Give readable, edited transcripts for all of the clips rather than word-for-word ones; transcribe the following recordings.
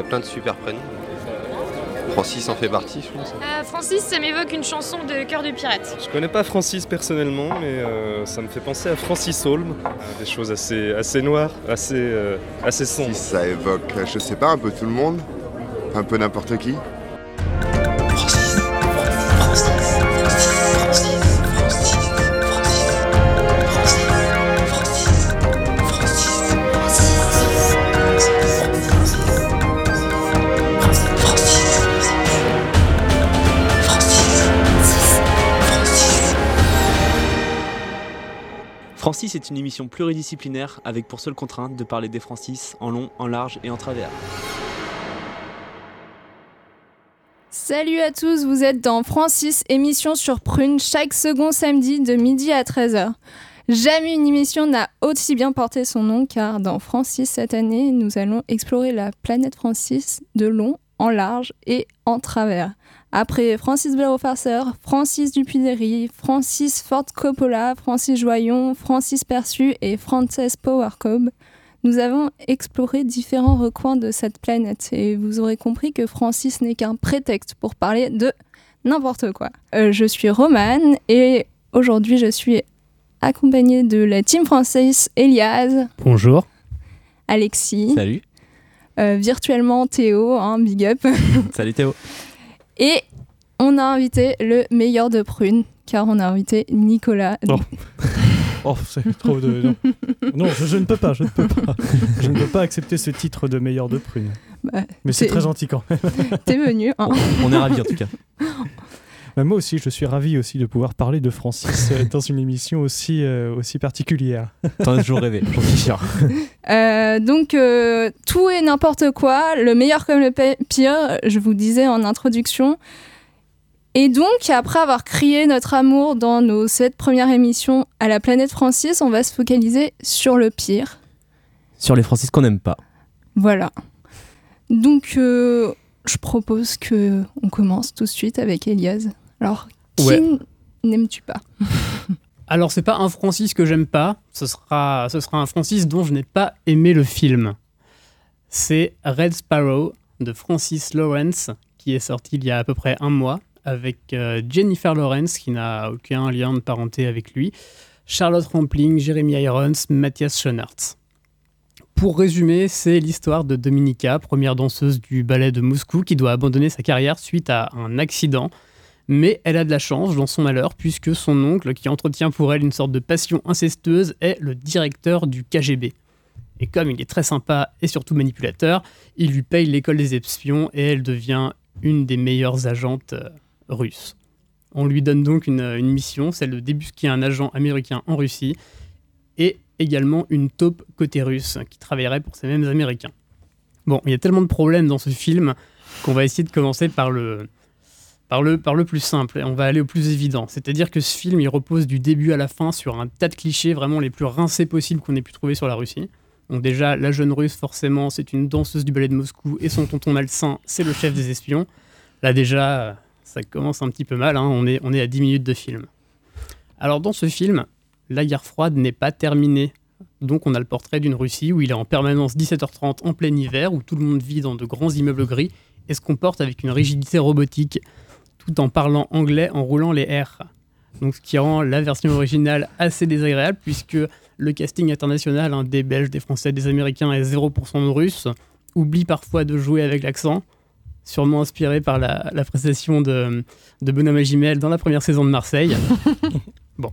plein de super prénoms. Francis en fait partie, je pense. Francis, ça m'évoque une chanson de Cœur de Pirate. Je connais pas Francis personnellement, mais ça me fait penser à Francis Holm. Des choses assez noires, assez sombres. Si ça évoque, je sais pas, un peu tout le monde, un peu n'importe qui. Francis est une émission pluridisciplinaire avec pour seule contrainte de parler des Francis en long, en large et en travers. Salut à tous, vous êtes dans Francis, émission sur Prune, chaque second samedi de midi à 13h. Jamais une émission n'a aussi bien porté son nom car dans Francis cette année, nous allons explorer la planète Francis de long, en large et en travers. Après Francis Blair au farceur, Francis Dupuy-Derry, Francis Ford Coppola, Francis Joyon, Francis Perçu et Frances Power Cobbe, nous avons exploré différents recoins de cette planète et vous aurez compris que Francis n'est qu'un prétexte pour parler de n'importe quoi. Je suis Romane et aujourd'hui je suis accompagnée de la team Francis, Elias. Bonjour. Alexis. Salut. Virtuellement Théo, big up. Salut Théo. Et on a invité le meilleur de Prune, car on a invité Nicolas. Oh, c'est trop de... Non, je ne peux pas. Je ne peux pas accepter ce titre de meilleur de Prune. Mais c'est très gentil quand même. T'es venu. On est ravis en tout cas. Moi aussi, je suis ravi aussi de pouvoir parler de Francis dans une émission aussi particulière. T'en as toujours rêvé, j'en suis sûr. Donc, tout et n'importe quoi, le meilleur comme le pire, je vous disais en introduction. Et donc, après avoir crié notre amour dans nos 7 premières émissions à la planète Francis, on va se focaliser sur le pire. Sur les Francis qu'on n'aime pas. Voilà. Donc, je propose qu'on commence tout de suite avec Elias. Alors, qui n'aimes-tu pas ? Alors, c'est pas un Francis que j'aime pas, ce sera un Francis dont je n'ai pas aimé le film. C'est Red Sparrow de Francis Lawrence, qui est sorti il y a à peu près un mois, avec Jennifer Lawrence, qui n'a aucun lien de parenté avec lui, Charlotte Rampling, Jeremy Irons, Matthias Schoenaerts. Pour résumer, c'est l'histoire de Dominika, première danseuse du ballet de Moscou, qui doit abandonner sa carrière suite à un accident. Mais elle a de la chance dans son malheur, puisque son oncle, qui entretient pour elle une sorte de passion incestueuse, est le directeur du KGB. Et comme il est très sympa et surtout manipulateur, il lui paye l'école des espions et elle devient une des meilleures agentes russes. On lui donne donc une mission, celle de débusquer un agent américain en Russie, et également une taupe côté russe qui travaillerait pour ces mêmes Américains. Bon, il y a tellement de problèmes dans ce film qu'on va essayer de commencer par le plus simple, et on va aller au plus évident. C'est-à-dire que ce film, il repose du début à la fin sur un tas de clichés vraiment les plus rincés possibles qu'on ait pu trouver sur la Russie. Donc déjà, la jeune russe, forcément, c'est une danseuse du ballet de Moscou, et son tonton malsain, c'est le chef des espions. Là déjà, ça commence un petit peu mal, on est à 10 minutes de film. Alors dans ce film, la guerre froide n'est pas terminée. Donc on a le portrait d'une Russie où il est en permanence 17h30 en plein hiver, où tout le monde vit dans de grands immeubles gris, et se comporte avec une rigidité robotique, tout en parlant anglais en roulant les R. Donc ce qui rend la version originale assez désagréable, puisque le casting international, des Belges, des Français, des Américains et 0% de Russes, oublie parfois de jouer avec l'accent, sûrement inspiré par la prestation de Benoît Magimel dans la première saison de Marseille. Bon.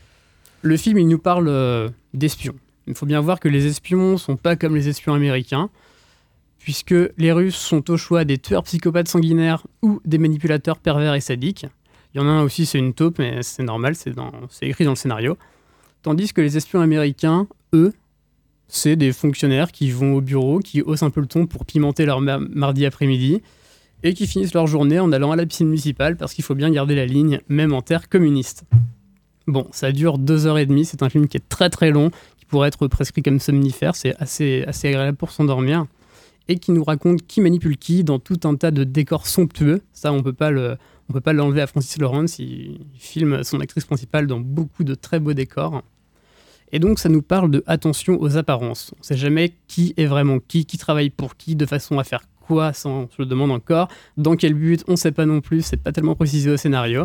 Le film, il nous parle d'espions. Il faut bien voir que les espions sont pas comme les espions américains, puisque les Russes sont au choix des tueurs psychopathes sanguinaires ou des manipulateurs pervers et sadiques. Il y en a un aussi, c'est une taupe, mais c'est normal, c'est écrit dans le scénario. Tandis que les espions américains, eux, c'est des fonctionnaires qui vont au bureau, qui haussent un peu le ton pour pimenter leur mardi après-midi, et qui finissent leur journée en allant à la piscine municipale, parce qu'il faut bien garder la ligne, même en terre communiste. Bon, ça dure 2h30, c'est un film qui est très très long, qui pourrait être prescrit comme somnifère, c'est assez agréable pour s'endormir, et qui nous raconte qui manipule qui dans tout un tas de décors somptueux. Ça, on peut pas l'enlever à Francis Lawrence, il filme son actrice principale dans beaucoup de très beaux décors. Et donc ça nous parle de attention aux apparences. On ne sait jamais qui est vraiment qui travaille pour qui, de façon à faire Pourquoi, ça, on se le demande encore. Dans quel but, on ne sait pas non plus, c'est pas tellement précisé au scénario.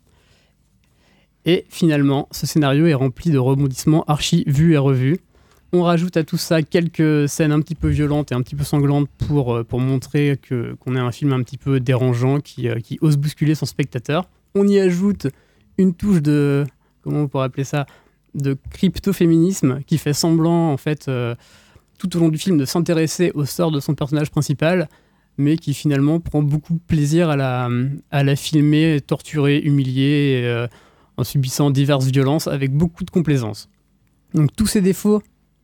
Et finalement, ce scénario est rempli de rebondissements archi vus et revus. On rajoute à tout ça quelques scènes un petit peu violentes et un petit peu sanglantes pour montrer qu'on est un film un petit peu dérangeant qui ose bousculer son spectateur. On y ajoute une touche de, comment on pourrait appeler ça, de crypto-féminisme qui fait semblant, en fait, tout au long du film, de s'intéresser au sort de son personnage principal, mais qui finalement prend beaucoup de plaisir à la filmer, torturer, humilier, en subissant diverses violences avec beaucoup de complaisance. Donc tous ces défauts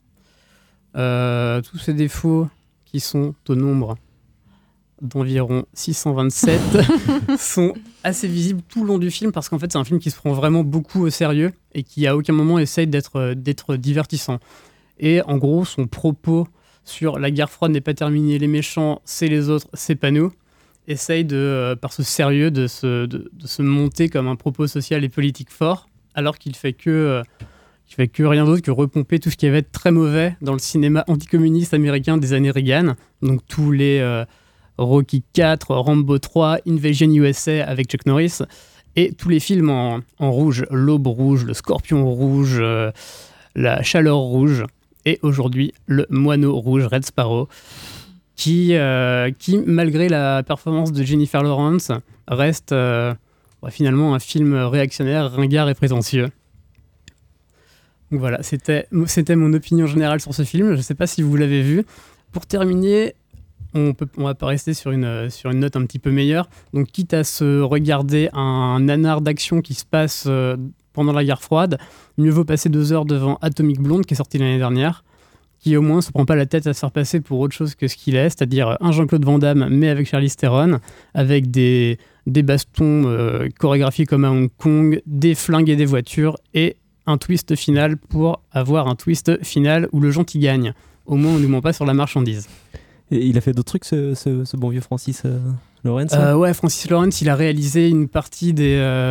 qui sont au nombre d'environ 627 sont assez visibles tout le long du film parce qu'en fait c'est un film qui se prend vraiment beaucoup au sérieux et qui à aucun moment essaye d'être divertissant. Et en gros son propos sur la guerre froide n'est pas terminée, les méchants c'est les autres, c'est pas nous, essaye par ce sérieux de se monter comme un propos social et politique fort alors qu'il fait que rien d'autre que repomper tout ce qui avait de très mauvais dans le cinéma anticommuniste américain des années Reagan. Donc tous les Rocky 4, Rambo 3, Invasion USA avec Chuck Norris, et tous les films en rouge, l'Aube rouge, le Scorpion rouge, la Chaleur rouge, et aujourd'hui le Moineau rouge, Red Sparrow, qui malgré la performance de Jennifer Lawrence, reste finalement un film réactionnaire, ringard et prétentieux. Donc voilà, c'était mon opinion générale sur ce film. Je ne sais pas si vous l'avez vu. Pour terminer, on va pas rester sur une note un petit peu meilleure. Donc quitte à se regarder un nanar d'action qui se passe pendant la guerre froide, mieux vaut passer 2 heures devant Atomic Blonde, qui est sorti l'année dernière, qui au moins se prend pas la tête à se faire passer pour autre chose que ce qu'il est, c'est-à-dire un Jean-Claude Van Damme, mais avec Charlize Theron, avec des bastons chorégraphiés comme à Hong Kong, des flingues et des voitures, et un twist final pour avoir un twist final où le gentil gagne. Au moins, on ne nous ment pas sur la marchandise. Et il a fait d'autres trucs, ce bon vieux Francis Lawrence. Ouais, Francis Lawrence, il a réalisé une partie de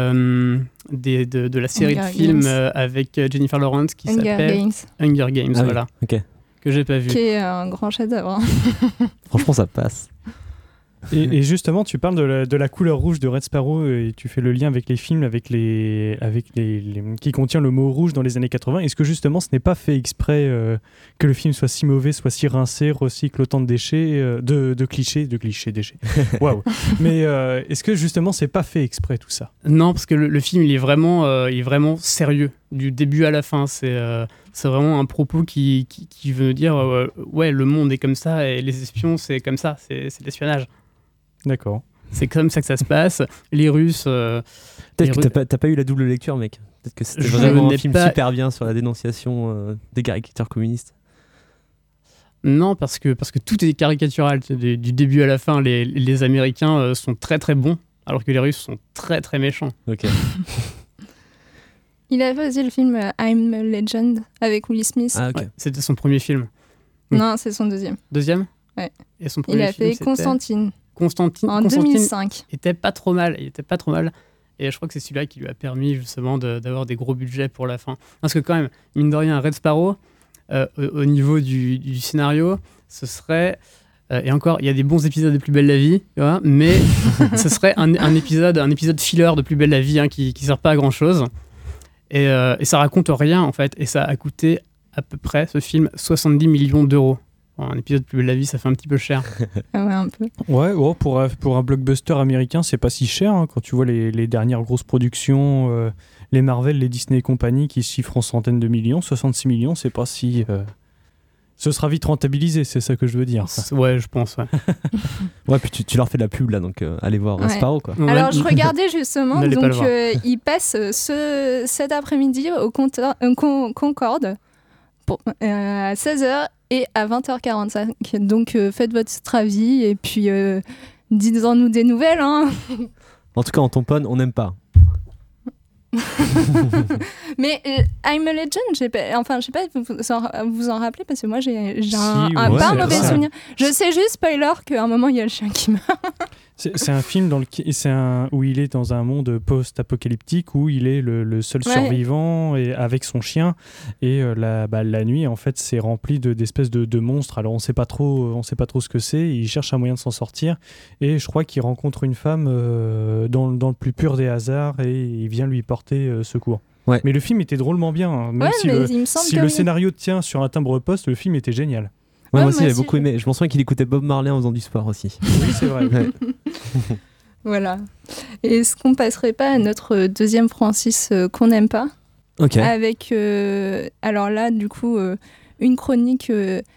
la série Hunger de films Games. Avec Jennifer Lawrence qui s'appelle Hunger Games, Ah oui, voilà, ok. que j'ai pas vu. Qui est un grand chef-d'œuvre. Franchement, ça passe. Et justement, tu parles de la couleur rouge de Red Sparrow et tu fais le lien avec les films qui contient le mot rouge dans les années 80. Est-ce que justement ce n'est pas fait exprès que le film soit si mauvais, soit si rincé, recycle autant de déchets, de clichés, déchets. Waouh. Mais est-ce que justement c'est pas fait exprès tout ça? Non, parce que le film il est vraiment sérieux du début à la fin. C'est vraiment un propos qui veut dire ouais, le monde est comme ça et les espions c'est comme ça, c'est l'espionnage. D'accord. C'est comme ça que ça se passe. Les Russes. Peut-être que t'as pas eu la double lecture, mec. Peut-être que c'était Je vraiment un n'ai film pas- super bien sur la dénonciation des caricatures communistes. Non, parce que tout est caricatural. Du début à la fin, les Américains sont très très bons, alors que les Russes sont très très méchants. Ok. Il a fait aussi le film I'm a Legend avec Will Smith. Ah, ok. Ouais, c'était son premier film. Non, c'est son deuxième. Deuxième ? Ouais. Et son premier Il a film, fait c'était Constantine en Constantine 2005. était pas trop mal. Il était pas trop mal. Et je crois que c'est celui-là qui lui a permis justement d'avoir des gros budgets pour la fin. Parce que quand même, mine de rien, Red Sparrow, au niveau du scénario, ce serait... et encore, il y a des bons épisodes de Plus belle la vie, tu vois, mais ce serait un épisode filler de Plus belle la vie qui sert pas à grand-chose. Et ça raconte rien, en fait. Et ça a coûté à peu près, ce film, 70 millions d'euros. Bon, un épisode de Plus belle la vie, ça fait un petit peu cher. Ah ouais, un peu. Ouais, pour un blockbuster américain, c'est pas si cher hein, quand tu vois les dernières grosses productions, les Marvel, les Disney et compagnie qui se chiffrent en centaines de millions. 66 millions, c'est pas si... Ce sera vite rentabilisé, c'est ça que je veux dire. Ouais, je pense, ouais. Ouais, puis tu leur fais de la pub là, donc allez voir Ouais. Sparrow, quoi. Alors, je regardais justement, N'allez pas donc le voir. il passe cet après-midi au Concorde à 16h et à 20h45. Donc, faites votre avis et puis dites-en-nous des nouvelles. Hein. En tout cas, en tamponne, on n'aime pas. Mais I'm a Legend, je sais pas, vous en rappelez parce que moi j'ai pas un mauvais souvenir. Je sais juste, spoiler, qu'à un moment il y a le chien qui meurt. C'est un film où il est dans un monde post-apocalyptique où il est le seul survivant et avec son chien et la nuit en fait c'est rempli d'espèces de monstres. Alors on sait pas trop ce que c'est. Il cherche un moyen de s'en sortir et je crois qu'il rencontre une femme dans le plus pur des hasards et il vient lui porter secours. Ouais. Mais le film était drôlement bien, hein. Même si le scénario tient sur un timbre-poste, le film était génial. Ouais, moi aussi j'avais beaucoup aimé. Je me souviens qu'il écoutait Bob Marley en faisant du sport aussi. Oui, c'est vrai. Ouais. Voilà. Est-ce qu'on passerait pas à notre deuxième Francis qu'on n'aime pas ? Ok. Avec, alors là, du coup, une chronique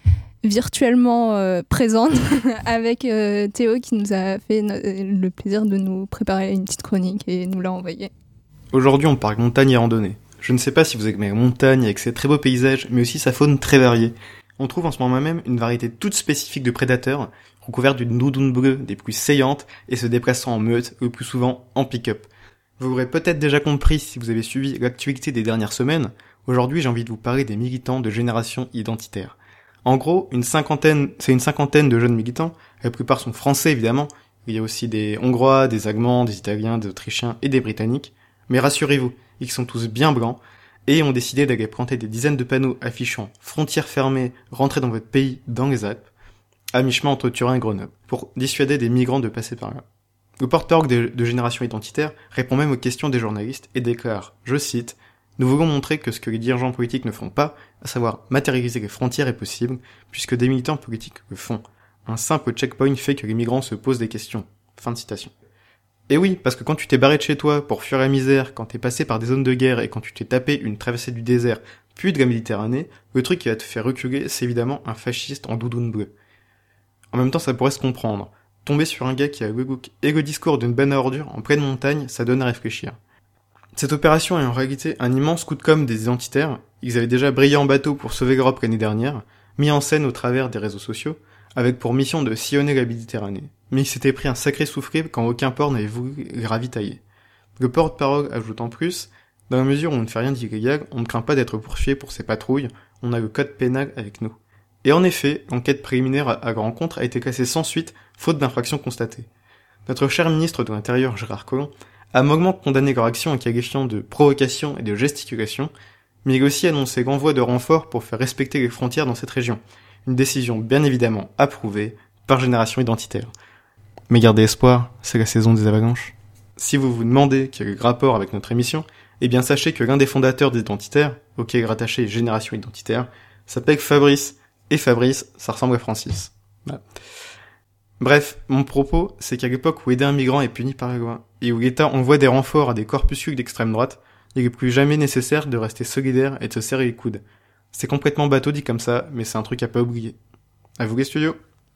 virtuellement présente avec Théo qui nous a fait le plaisir de nous préparer une petite chronique et nous l'a envoyée. Aujourd'hui, on parle montagne et randonnée. Je ne sais pas si vous aimez la montagne avec ses très beaux paysages, mais aussi sa faune très variée. On trouve en ce moment même une variété toute spécifique de prédateurs, recouverts d'une doudoune bleue des plus saillantes et se déplaçant en meute, le plus souvent en pick-up. Vous l'aurez peut-être déjà compris si vous avez suivi l'actualité des dernières semaines, aujourd'hui j'ai envie de vous parler des militants de Génération Identitaire. En gros, c'est une cinquantaine de jeunes militants, la plupart sont français évidemment, il y a aussi des Hongrois, des Allemands, des Italiens, des Autrichiens et des Britanniques, mais rassurez-vous, ils sont tous bien blancs, et ont décidé d'aller planter des dizaines de panneaux affichant « Frontières fermées, rentrez dans votre pays dans les Alpes », à mi-chemin entre Turin et Grenoble, pour dissuader des migrants de passer par là. Le porte-parole de Génération Identitaire répond même aux questions des journalistes et déclare, je cite, « Nous voulons montrer que ce que les dirigeants politiques ne font pas, à savoir matérialiser les frontières est possible, puisque des militants politiques le font. Un simple checkpoint fait que les migrants se posent des questions. » Fin de citation. Et oui, parce que quand tu t'es barré de chez toi pour fuir la misère, quand t'es passé par des zones de guerre et quand tu t'es tapé une traversée du désert, puis de la Méditerranée, le truc qui va te faire reculer, c'est évidemment un fasciste en doudoune bleue. En même temps, ça pourrait se comprendre. Tomber sur un gars qui a le look et le discours d'une benne à ordures en pleine montagne, ça donne à réfléchir. Cette opération est en réalité un immense coup de com' des identitaires. Ils avaient déjà brillé en bateau pour sauver l'Europe l'année dernière, mis en scène au travers des réseaux sociaux, avec pour mission de sillonner la Méditerranée. Mais il s'était pris un sacré soufflet quand aucun port n'avait voulu les ravitailler. Le porte-parole ajoute en plus, dans la mesure où on ne fait rien d'illégal, on ne craint pas d'être poursuivi pour ces patrouilles, on a le code pénal avec nous. Et en effet, l'enquête préliminaire à la rencontre a été classée sans suite, faute d'infraction constatée. Notre cher ministre de l'Intérieur, Gérard Collomb, a longuement condamné leur action en qualifiant de provocation et de gesticulation, mais il a aussi annoncé l'envoi de renforts pour faire respecter les frontières dans cette région. Une décision bien évidemment approuvée par Génération Identitaire. Mais gardez espoir, c'est la saison des avalanches. Si vous vous demandez quel est le rapport avec notre émission, eh bien sachez que l'un des fondateurs des Identitaires, auquel est rattaché Génération Identitaire, s'appelle Fabrice, et Fabrice, ça ressemble à Francis. Voilà. Bref, mon propos, c'est qu'à l'époque où aider un migrant est puni par la loi, et où l'État envoie des renforts à des corpuscules d'extrême droite, il est plus jamais nécessaire de rester solidaire et de se serrer les coudes. C'est complètement bateau dit comme ça, mais c'est un truc à pas oublier. À vous les studios.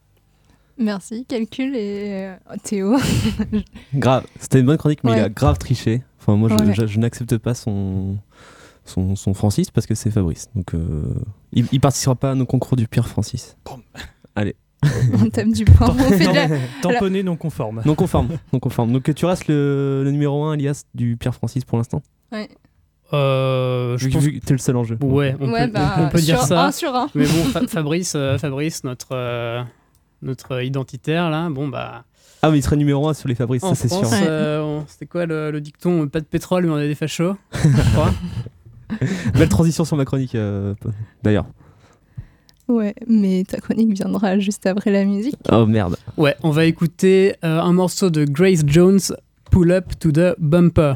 Merci, Calcul et Théo. Grave, c'était une bonne chronique, mais il a grave triché. Enfin, moi, je n'accepte pas son Francis parce que c'est Fabrice. Donc, il participera pas à nos concours du pire Francis. Allez. On tape du poing. Tamponné non conforme. Non conforme. Donc, tu restes le numéro 1 alias du pire Francis pour l'instant. Ouais. Je pense que t'es le seul en jeu. Ouais, on peut dire ça. 1 sur 1. Mais bon, Fabrice, notre identitaire là, bon bah. Ah mais il serait numéro 1 sur les Fabrice, ça c'est France, sûr. C'était quoi le dicton, pas de pétrole mais on a des fachos, je crois. Belle transition sur ma chronique d'ailleurs. Ouais, mais ta chronique viendra juste après la musique. Oh merde. Ouais, on va écouter un morceau de Grace Jones, Pull Up to the Bumper.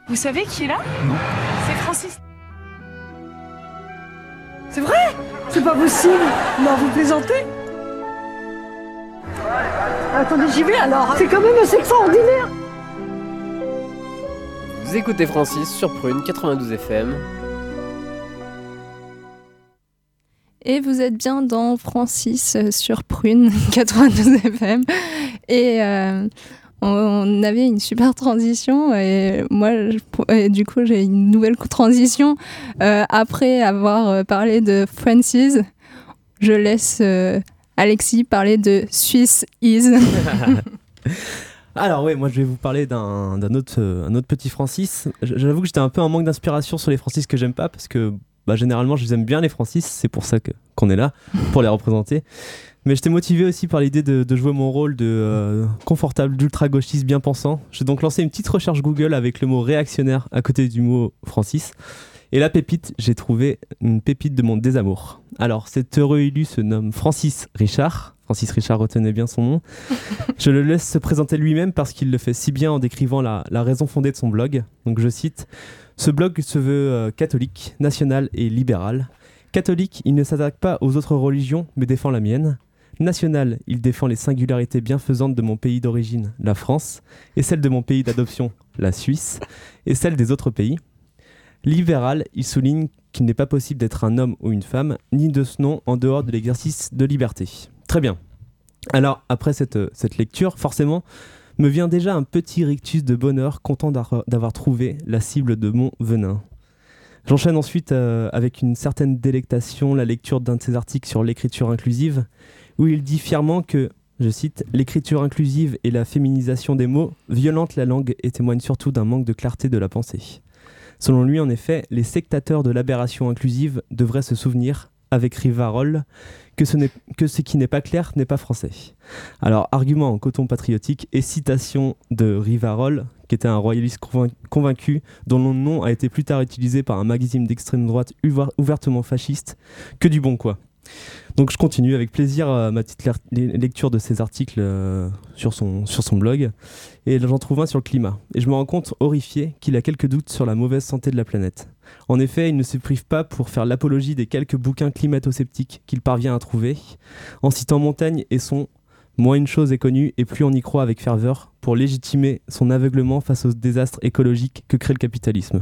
Vous savez qui est là? Non. C'est Francis. C'est vrai? C'est pas possible. Non, vous plaisantez? Attendez, j'y vais alors. C'est quand même assez extraordinaire. Vous écoutez Francis sur Prune 92 FM. Et vous êtes bien dans Francis sur Prune 92 FM. Et on avait une super transition. Et moi, du coup, j'ai une nouvelle transition. Après avoir parlé de Francis, je laisse Alexis parler de Swiss Is. Alors ouais, moi je vais vous parler un autre petit Francis. J'avoue que j'étais un peu en manque d'inspiration sur les Francis que j'aime pas parce que généralement je les aime bien les Francis, c'est pour ça qu'on est là, pour les représenter. Mais j'étais motivé aussi par l'idée de jouer mon rôle de confortable, d'ultra-gauchiste bien pensant. J'ai donc lancé une petite recherche Google avec le mot réactionnaire à côté du mot Francis. Et la pépite, j'ai trouvé une pépite de mon désamour. Alors cet heureux élu se nomme Francis Richard. Francis Richard, retenez bien son nom. Je le laisse se présenter lui-même parce qu'il le fait si bien en décrivant la raison fondée de son blog. Donc je cite... Ce blog se veut catholique, national et libéral. Catholique, il ne s'attaque pas aux autres religions, mais défend la mienne. National, il défend les singularités bienfaisantes de mon pays d'origine, la France, et celle de mon pays d'adoption, la Suisse, et celle des autres pays. Libéral, il souligne qu'il n'est pas possible d'être un homme ou une femme, ni de ce nom en dehors de l'exercice de liberté. Très bien. Alors, après cette lecture, forcément, me vient déjà un petit rictus de bonheur, content d'avoir trouvé la cible de mon venin. J'enchaîne ensuite avec une certaine délectation la lecture d'un de ses articles sur l'écriture inclusive, où il dit fièrement que, je cite, « L'écriture inclusive et la féminisation des mots violentent la langue et témoignent surtout d'un manque de clarté de la pensée. » Selon lui, en effet, les sectateurs de l'aberration inclusive devraient se souvenir, avec Rivarol, que ce qui n'est pas clair n'est pas français. Alors, argument en coton patriotique et citation de Rivarol, qui était un royaliste convaincu, dont le nom a été plus tard utilisé par un magazine d'extrême droite ouvertement fasciste, que du bon quoi. Donc je continue avec plaisir ma petite lecture de ces articles sur son blog, et j'en trouve un sur le climat. Et je me rends compte, horrifié, qu'il a quelques doutes sur la mauvaise santé de la planète. En effet, il ne se prive pas pour faire l'apologie des quelques bouquins climato-sceptiques qu'il parvient à trouver, en citant Montaigne et son « Moins une chose est connue et plus on y croit avec ferveur » pour légitimer son aveuglement face aux désastres écologiques que crée le capitalisme.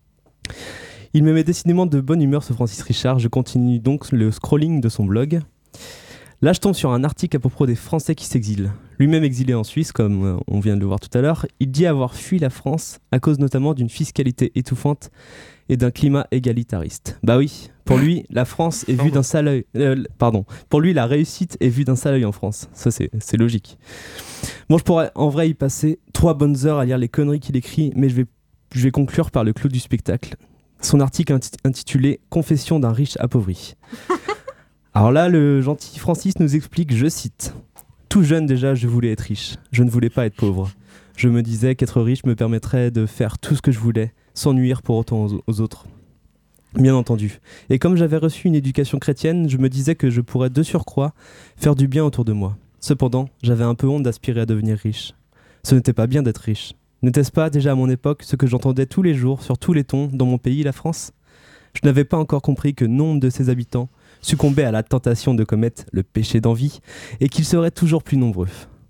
Il me met décidément de bonne humeur ce Francis Richard, je continue donc le scrolling de son blog. Là, je tombe sur un article à propos des Français qui s'exilent. Lui-même exilé en Suisse, comme on vient de le voir tout à l'heure, il dit avoir fui la France à cause notamment d'une fiscalité étouffante et d'un climat égalitariste. Bah oui, pour lui, la France est vue d'un sale œil. Pour lui, la réussite est vue d'un sale œil en France. Ça, c'est logique. Bon, je pourrais en vrai y passer 3 bonnes heures à lire les conneries qu'il écrit, mais je vais conclure par le clou du spectacle. Son article intitulé « Confession d'un riche appauvri ». Alors là, le gentil Francis nous explique, je cite, « Tout jeune déjà, je voulais être riche. Je ne voulais pas être pauvre. Je me disais qu'être riche me permettrait de faire tout ce que je voulais, sans nuire pour autant aux autres. Bien entendu. Et comme j'avais reçu une éducation chrétienne, je me disais que je pourrais de surcroît faire du bien autour de moi. Cependant, j'avais un peu honte d'aspirer à devenir riche. Ce n'était pas bien d'être riche. N'était-ce pas déjà à mon époque ce que j'entendais tous les jours sur tous les tons dans mon pays, la France ? Je n'avais pas encore compris que nombre de ses habitants succombaient à la tentation de commettre le péché d'envie et qu'ils seraient toujours plus nombreux.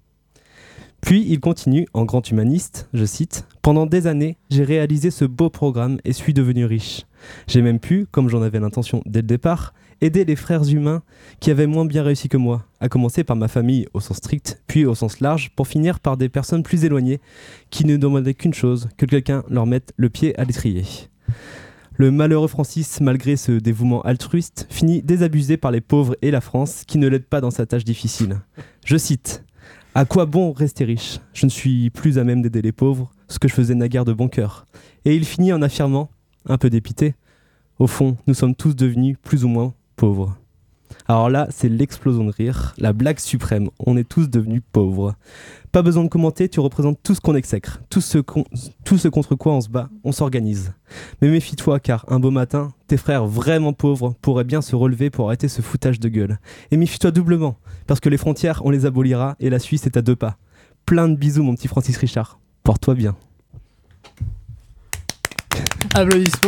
Puis il continue en grand humaniste, je cite, « Pendant des années, j'ai réalisé ce beau programme et suis devenu riche. J'ai même pu, comme j'en avais l'intention dès le départ, aider les frères humains qui avaient moins bien réussi que moi, à commencer par ma famille au sens strict, puis au sens large, pour finir par des personnes plus éloignées qui ne demandaient qu'une chose, que quelqu'un leur mette le pied à l'étrier. » Le malheureux Francis, malgré ce dévouement altruiste, finit désabusé par les pauvres et la France qui ne l'aident pas dans sa tâche difficile. Je cite, « À quoi bon rester riche ? Je ne suis plus à même d'aider les pauvres, ce que je faisais naguère de bon cœur. » Et il finit en affirmant, un peu dépité, « Au fond, nous sommes tous devenus plus ou moins pauvres. » Alors là, c'est l'explosion de rire, la blague suprême, on est tous devenus pauvres. Pas besoin de commenter, tu représentes tout ce qu'on exècre, tout ce contre quoi on se bat, on s'organise. Mais méfie-toi car un beau matin, tes frères vraiment pauvres pourraient bien se relever pour arrêter ce foutage de gueule. Et méfie-toi doublement, parce que les frontières, on les abolira et la Suisse est à 2 pas. Plein de bisous mon petit Francis Richard, porte-toi bien. Applaudissements.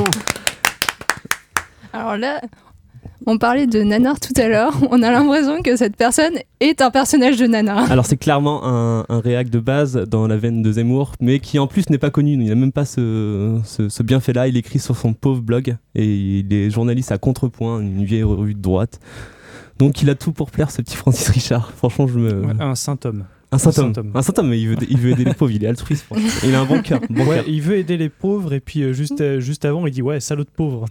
Alors là, on parlait de nanar tout à l'heure. On a l'impression que cette personne est un personnage de nanar. Alors c'est clairement un réac de base dans la veine de Zemmour, mais qui en plus n'est pas connu. Il n'a même pas ce bienfait-là. Il écrit sur son pauvre blog et il est journaliste à Contrepoint, une vieille revue de droite. Donc il a tout pour plaire, ce petit Francis Richard. Franchement, un saint homme. Un saint homme, mais il veut aider les pauvres, il est altruiste. Il a un bon cœur. Il veut aider les pauvres et puis juste avant il dit ouais, salaud de pauvre.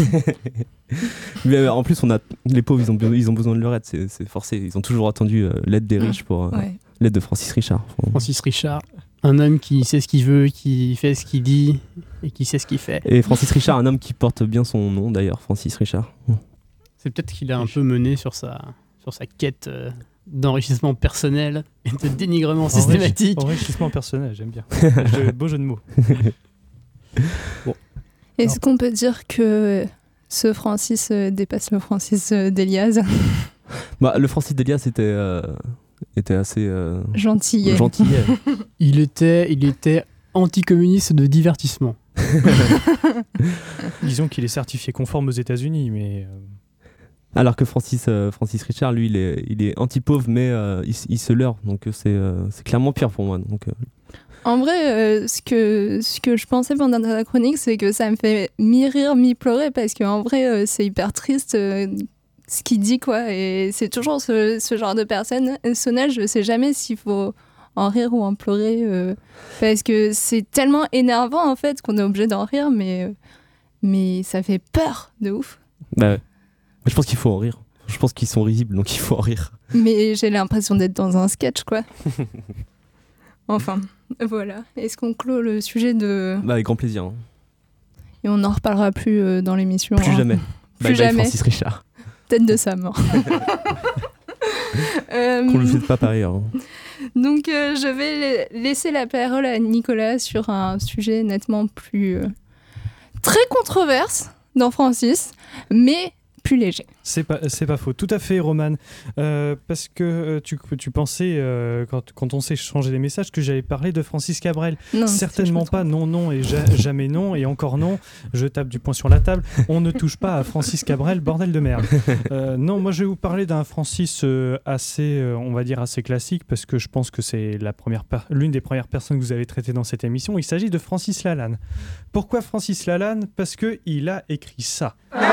Mais en plus les pauvres ils ont besoin de leur aide, c'est forcé. Ils ont toujours attendu l'aide des riches pour l'aide de Francis Richard. Francis Richard, un homme qui sait ce qu'il veut, qui fait ce qu'il dit et qui sait ce qu'il fait. Et Francis Richard, un homme qui porte bien son nom d'ailleurs, Francis Richard. C'est peut-être qu'il a un peu mené sur sa quête d'enrichissement personnel et de dénigrement systématique. Enrichissement personnel, j'aime bien. Beau jeu de mots. Bon. Est-ce qu'on peut dire que ce Francis dépasse le Francis d'Eliaz? Le Francis d'Eliaz était assez gentillet. Il était anticommuniste de divertissement. Disons qu'il est certifié conforme aux États-Unis, mais alors que Francis Richard, lui, il est anti-pauvre, mais il se leurre. Donc c'est clairement pire pour moi. Donc, En vrai, ce que je pensais pendant la chronique, c'est que ça me fait mi-rire, mi-pleurer, parce qu'en vrai, c'est hyper triste ce qu'il dit, quoi. Et c'est toujours ce genre de personnage, je sais jamais s'il faut en rire ou en pleurer, parce que c'est tellement énervant, en fait, qu'on est obligé d'en rire, mais ça fait peur de ouf. Bah ouais. Je pense qu'il faut en rire. Je pense qu'ils sont risibles, donc il faut en rire. Mais j'ai l'impression d'être dans un sketch, quoi. Enfin, voilà. Est-ce qu'on clôt le sujet de... Avec grand plaisir. Hein. Et on n'en reparlera plus dans l'émission. Plus jamais. Plus jamais. Francis Richard. Tête de sa mort. Qu'on le fait pas par ailleurs. Hein. Donc je vais laisser la parole à Nicolas sur un sujet nettement plus... très controverse dans Francis, mais... plus léger. C'est pas faux. Tout à fait, Roman. Parce que tu pensais, quand on s'est changé les messages, que j'allais parler de Francis Cabrel. Non, certainement pas. Non, et jamais non, et encore non. Je tape du poing sur la table. On ne touche pas à Francis Cabrel, bordel de merde. Non, moi je vais vous parler d'un Francis assez, on va dire assez classique, parce que je pense que c'est l'une des premières personnes que vous avez traitées dans cette émission. Il s'agit de Francis Lalanne. Pourquoi Francis Lalanne? Parce qu'il a écrit ça.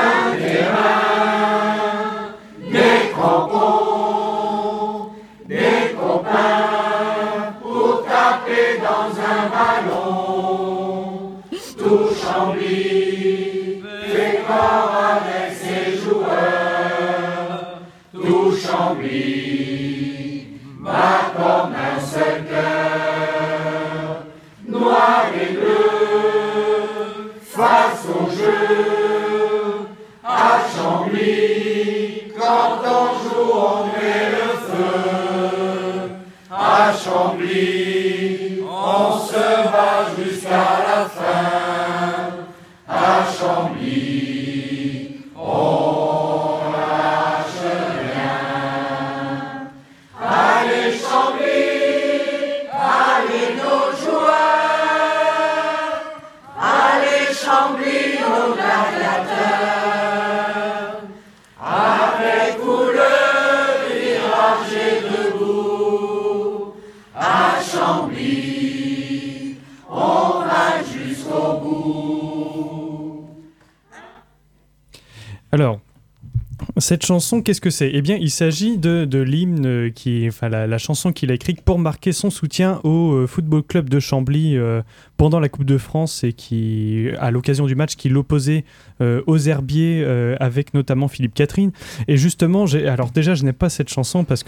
Des crampons, des copains pour taper dans un ballon. Tout Chambly fait corps avec ses joueurs. Tout Chambly bat comme un seul cœur. Noir et bleu face au jeu. À Chambly, quand on joue, on met le feu. À Chambly, on se bat jusqu'à la fin. À Chambly, on lâche rien. Allez Chambly, allez nos joueurs. Allez Chambly, nos gladiateurs. Avec vous le virage est debout. À Chambly, on va jusqu'au bout. Alors, cette chanson, qu'est-ce que c'est? Eh bien, il s'agit de l'hymne, la chanson qu'il a écrite pour marquer son soutien au Football Club de Chambly pendant la Coupe de France et qui, à l'occasion du match, qui l'opposait aux Herbiers avec notamment Philippe Catherine. Et justement, alors déjà, je n'ai pas cette chanson parce que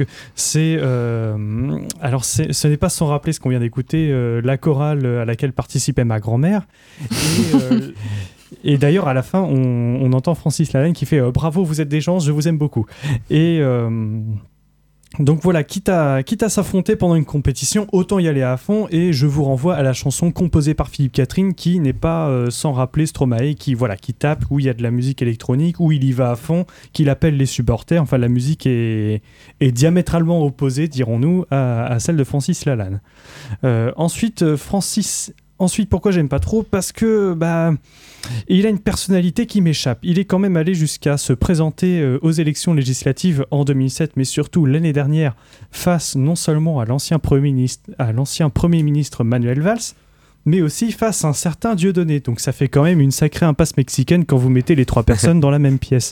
ce n'est pas sans rappeler ce qu'on vient d'écouter, la chorale à laquelle participait ma grand-mère. Et d'ailleurs, à la fin, on entend Francis Lalanne qui fait « Bravo, vous êtes des gens, je vous aime beaucoup ». Et donc voilà, quitte à s'affronter pendant une compétition, autant y aller à fond. Et je vous renvoie à la chanson composée par Philippe Catherine qui n'est pas sans rappeler Stromae, qui tape, où il y a de la musique électronique, où il y va à fond, qu'il appelle les supporters. Enfin, la musique est diamétralement opposée, dirons-nous, à celle de Francis Lalanne. Ensuite, Francis Ensuite, pourquoi j'aime pas trop ? Parce que il a une personnalité qui m'échappe. Il est quand même allé jusqu'à se présenter aux élections législatives en 2007, mais surtout l'année dernière, face non seulement à l'ancien Premier ministre Manuel Valls, mais aussi face à un certain Dieudonné. Donc ça fait quand même une sacrée impasse mexicaine quand vous mettez les trois personnes dans la même pièce.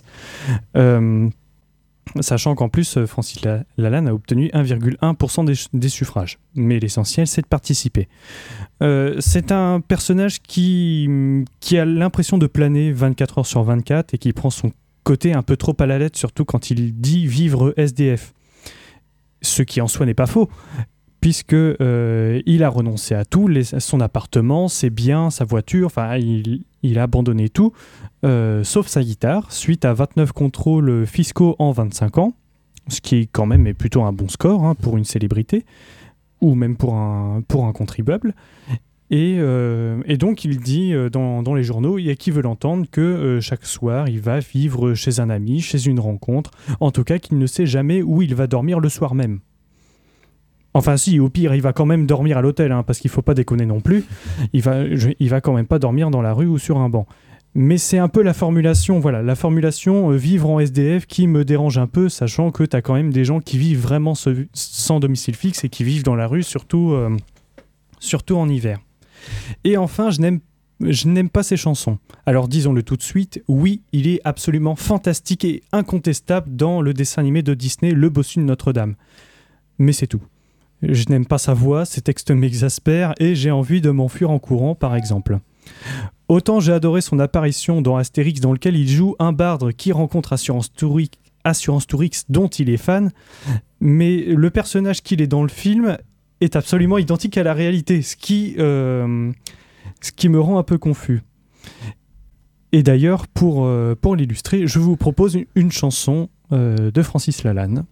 Sachant qu'en plus, Francis Lalanne a obtenu 1,1% des suffrages. Mais l'essentiel, c'est de participer. C'est un personnage qui a l'impression de planer 24 heures sur 24 et qui prend son côté un peu trop à la lettre, surtout quand il dit vivre SDF. Ce qui en soi n'est pas faux, puisque il a renoncé à tout, son appartement, ses biens, sa voiture, enfin il a abandonné tout, sauf sa guitare, suite à 29 contrôles fiscaux en 25 ans, ce qui est quand même plutôt un bon score pour une célébrité, ou même pour un contribuable. Et donc il dit dans les journaux, il y a qui veut l'entendre, que chaque soir il va vivre chez un ami, chez une rencontre, en tout cas qu'il ne sait jamais où il va dormir le soir même. Enfin si, au pire, il va quand même dormir à l'hôtel, parce qu'il ne faut pas déconner non plus. Il va quand même pas dormir dans la rue ou sur un banc. Mais c'est un peu la formulation vivre en SDF qui me dérange un peu, sachant que tu as quand même des gens qui vivent vraiment sans domicile fixe et qui vivent dans la rue, surtout en hiver. Et enfin, je n'aime pas ses chansons. Alors disons-le tout de suite, oui, il est absolument fantastique et incontestable dans le dessin animé de Disney, Le Bossu de Notre-Dame. Mais c'est tout. Je n'aime pas sa voix, ses textes m'exaspèrent et j'ai envie de m'enfuir en courant, par exemple. Autant j'ai adoré son apparition dans Astérix, dans lequel il joue un barde qui rencontre Assurance Tourix, dont il est fan, mais le personnage qu'il est dans le film est absolument identique à la réalité, ce qui me rend un peu confus. Et d'ailleurs, pour l'illustrer, je vous propose une chanson de Francis Lalanne.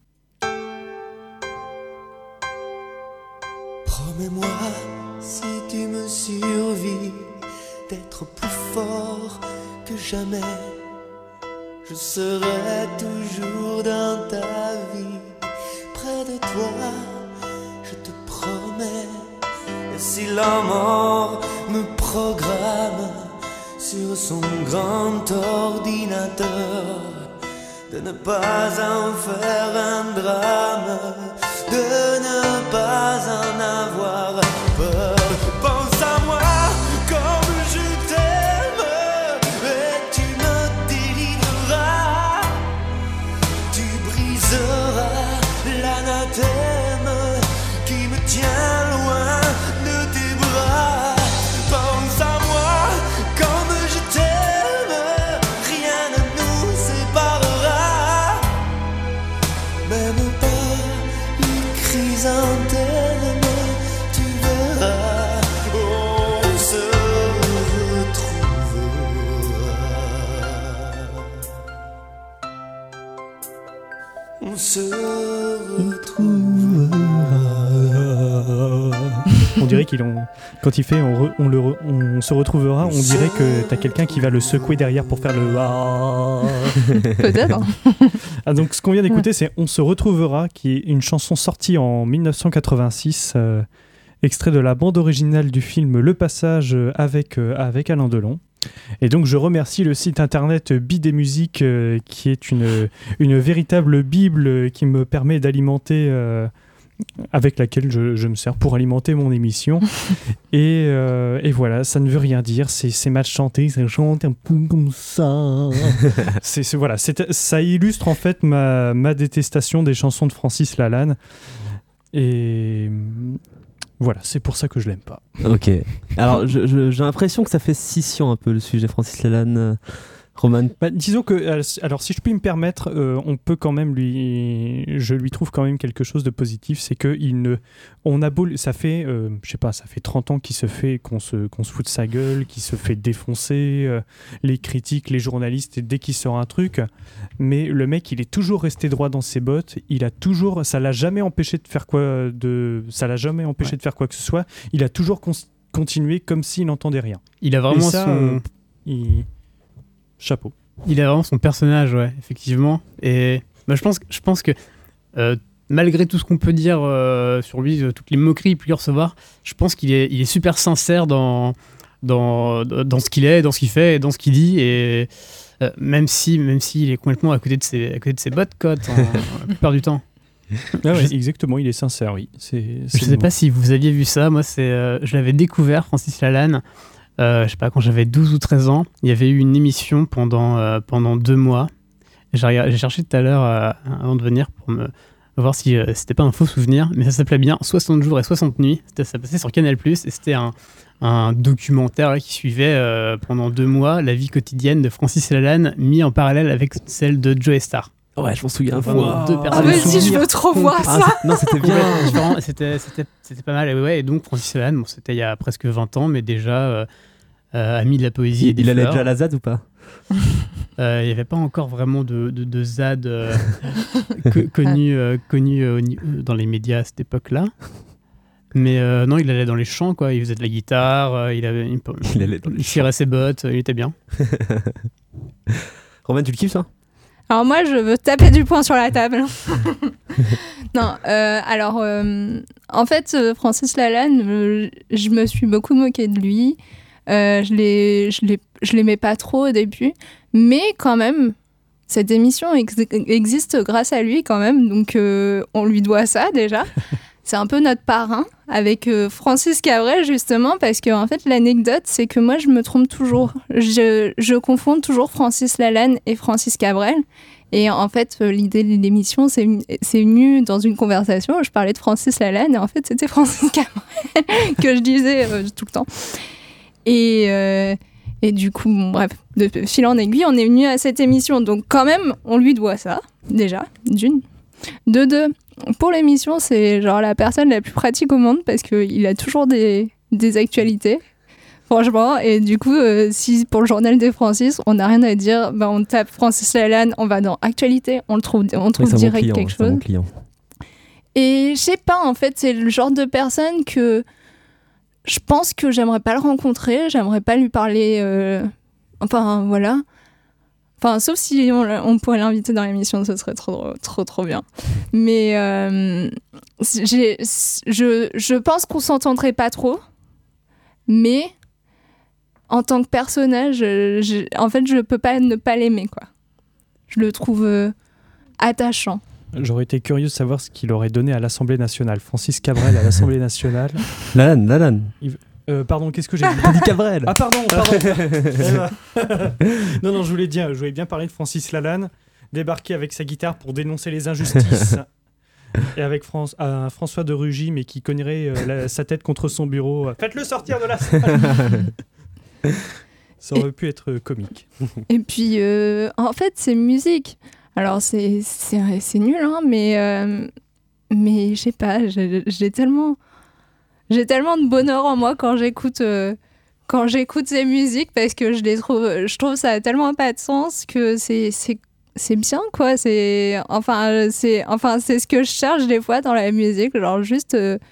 Promets-moi, si tu me survis, d'être plus fort que jamais. Je serai toujours dans ta vie, près de toi, je te promets. Et si la mort me programme sur son grand ordinateur, de ne pas en faire un drame, de ne pas en avoir peur. Pense à moi comme je t'aime et tu me délivreras. Tu briseras l'anathème qui me tient loin de tes bras. Pense à moi comme je t'aime, rien ne nous séparera. Même pas les chrysanthèmes, tu verras, on se retrouvera. On se retrouvera. On dirait quand il fait on se retrouvera, on dirait que t'as quelqu'un qui va le secouer derrière pour faire le Peut-être. Donc ce qu'on vient d'écouter, c'est On se retrouvera, qui est une chanson sortie en 1986, extrait de la bande originale du film Le Passage avec Alain Delon. Et donc je remercie le site internet Bidé Musique, qui est une véritable bible qui me permet d'alimenter, avec laquelle je me sers pour alimenter mon émission. et voilà, ça ne veut rien dire, c'est mal chanté, ça chante un peu comme ça. Voilà, ça illustre en fait ma détestation des chansons de Francis Lalanne. Et voilà, c'est pour ça que je l'aime pas. Ok. Alors, j'ai l'impression que ça fait scission un peu le sujet Francis Lalanne. Roman. Disons que, alors si je puis me permettre, on peut quand même je lui trouve quand même quelque chose de positif, c'est que ça fait, je sais pas, ça fait 30 ans qu'on se fout de sa gueule, qu'il se fait défoncer, les critiques, les journalistes, dès qu'il sort un truc, mais le mec, il est toujours resté droit dans ses bottes, ça l'a jamais empêché de faire quoi de faire quoi que ce soit, il a toujours continué comme s'il n'entendait rien. Il a vraiment chapeau. Il a vraiment son personnage, ouais, effectivement. Et je pense que malgré tout ce qu'on peut dire sur lui, toutes les moqueries qu'il peut recevoir, je pense qu'il est super sincère dans ce qu'il est, dans ce qu'il fait et dans ce qu'il dit. Et même s'il est complètement à côté de ses bottes, la plupart du temps. Ah ouais, exactement, il est sincère, oui. Je sais pas si vous aviez vu ça. Moi, je l'avais découvert, Francis Lalanne. Je sais pas, quand j'avais 12 ou 13 ans, il y avait eu une émission pendant 2 mois. J'ai cherché tout à l'heure avant de venir pour me voir si c'était pas un faux souvenir, mais ça s'appelait bien 60 jours et 60 nuits. Ça passait sur Canal+, et c'était un documentaire là, qui suivait pendant 2 mois la vie quotidienne de Francis Lalanne, mis en parallèle avec celle de Joe Star. Ouais, je m'en souviens. Ah mais si, je veux trop voir ça. Non, c'était bien. C'était pas mal. Et donc Francis Lalanne, c'était il y a presque 20 ans, mais déjà ami de la poésie. Il allait déjà à la ZAD ou pas? Il n'y avait pas encore vraiment de ZAD connu dans les médias à cette époque-là. Mais non, il allait dans les champs, quoi. Il faisait de la guitare, il tirait ses bottes, il était bien. Romain, tu le kiffes, ça? Alors moi, je veux taper du poing sur la table. Non, en fait, Francis Lalanne, je me suis beaucoup moquée de lui. Je l'aimais pas trop au début, mais quand même, cette émission existe grâce à lui quand même, donc on lui doit ça déjà. C'est un peu notre parrain avec Francis Cabrel justement, parce que en fait l'anecdote c'est que moi je me trompe toujours, je confonds toujours Francis Lalanne et Francis Cabrel. Et en fait, l'idée de l'émission, c'est venu dans une conversation où je parlais de Francis Lalanne et en fait c'était Francis Cabrel que je disais tout le temps. Et du coup, bref, de fil en aiguille, on est venu à cette émission. Donc quand même, on lui doit ça, déjà, d'une. De deux, pour l'émission, c'est genre la personne la plus pratique au monde parce qu'il a toujours des actualités, franchement. Et du coup, si pour le journal de Francis, on n'a rien à dire, bah, on tape Francis Lalanne, on va dans actualité, on trouve direct quelque chose. Et je sais pas, en fait, c'est le genre de personne que je pense que j'aimerais pas le rencontrer, j'aimerais pas lui parler. Enfin, voilà. Enfin, sauf si on pourrait l'inviter dans l'émission, ce serait trop bien. Mais je pense qu'on s'entendrait pas trop. Mais en tant que personnage, en fait, je peux pas ne pas l'aimer, quoi. Je le trouve attachant. J'aurais été curieux de savoir ce qu'il aurait donné à l'Assemblée nationale. Francis Cabrel à l'Assemblée nationale. Lalanne. Pardon, qu'est-ce que j'ai dit? T'as dit Cabrel. Ah pardon. Non, je voulais bien parler de Francis Lalanne, débarquer avec sa guitare pour dénoncer les injustices. Et avec François de Rugy, mais qui cognerait sa tête contre son bureau. Faites-le sortir de la salle. Ça aurait pu être comique. Et puis, en fait, c'est musique. Alors, c'est nul, hein, mais je sais pas, j'ai tellement de bonheur en moi quand j'écoute ces musiques parce que je trouve ça a tellement pas de sens que c'est bien, quoi. C'est ce que je cherche des fois dans la musique, genre juste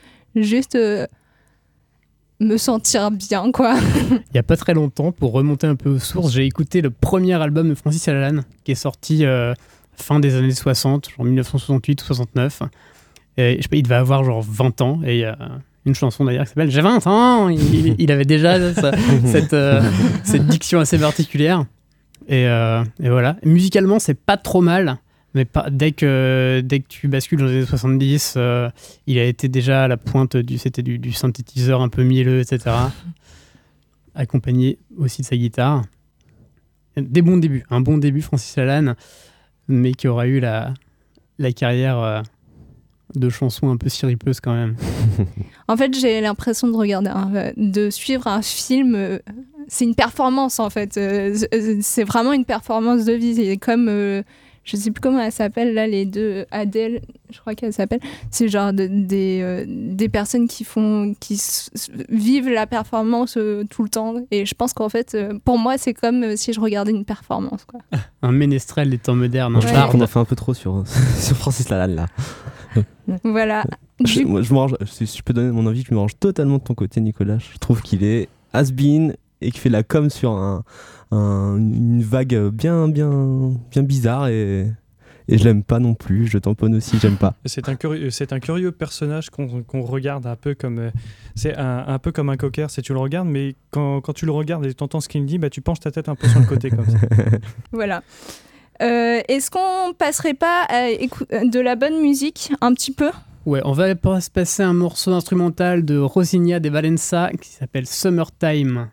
me sentir bien, quoi. Il y a pas très longtemps, pour remonter un peu aux sources, j'ai écouté le premier album de Francis Lalanne qui est sorti fin des années 60, genre 1968 ou 69. Et je sais pas, il devait avoir genre 20 ans et il y a une chanson d'ailleurs qui s'appelle J'ai 20 ans. Il avait déjà cette diction assez particulière. Et voilà. Musicalement, c'est pas trop mal, mais dès que tu bascules dans les années 70, il a été déjà à la pointe du synthétiseur un peu mielleux, etc. Accompagné aussi de sa guitare. Un bon début, Francis Lalanne, mais qui aura eu la carrière de chansons un peu siripeuses quand même. En fait, j'ai l'impression de suivre un film. C'est une performance, en fait. C'est vraiment une performance de vie. C'est comme, je sais plus comment elle s'appelle, là, les deux, Adèle, je crois qu'elle s'appelle. C'est genre des personnes qui vivent la performance tout le temps. Et je pense qu'en fait, pour moi, c'est comme si je regardais une performance, quoi. Un ménestrel des temps modernes. Je trouve qu'on a fait un peu trop sur Francis Lalanne, là. Voilà. Si je peux donner mon avis, je me range totalement de ton côté, Nicolas. Je trouve qu'il est has-been et qu'il fait la com sur une vague bien bizarre et Et je l'aime pas non plus, je tamponne aussi, j'aime pas. C'est un curieux personnage qu'on regarde un peu comme... c'est un peu comme un cocker, c'est tu le regardes, mais quand tu le regardes et tu entends ce qu'il dit, bah, tu penches ta tête un peu sur le côté comme ça. Voilà. Est-ce qu'on passerait pas à de la bonne musique un petit peu ? Ouais, on va se passer un morceau instrumental de Rosinha de Valença qui s'appelle Summertime.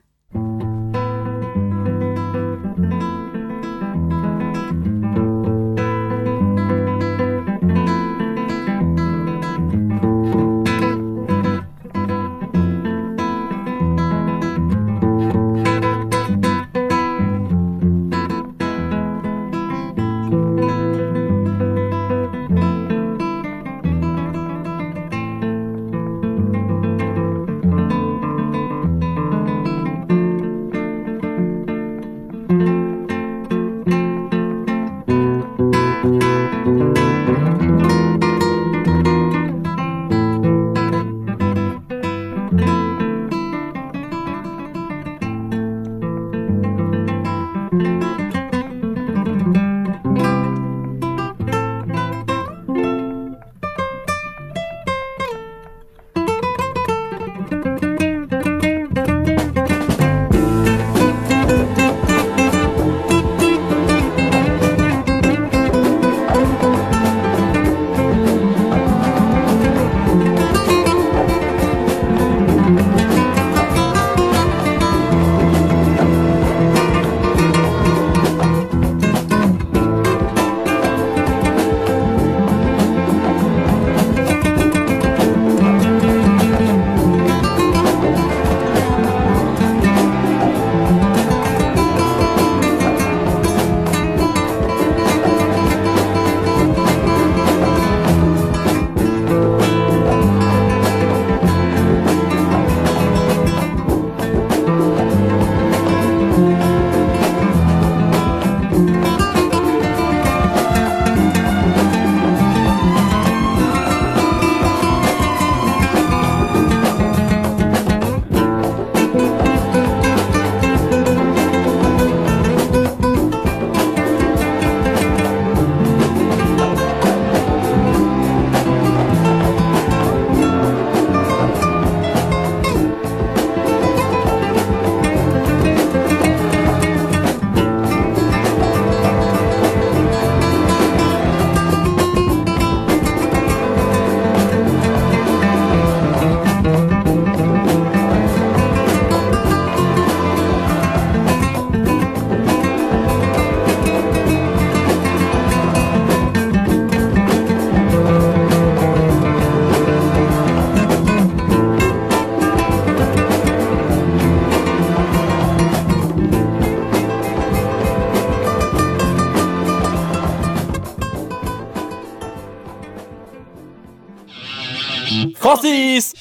Francis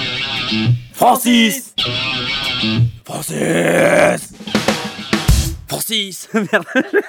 Francis Francis Francis Merde.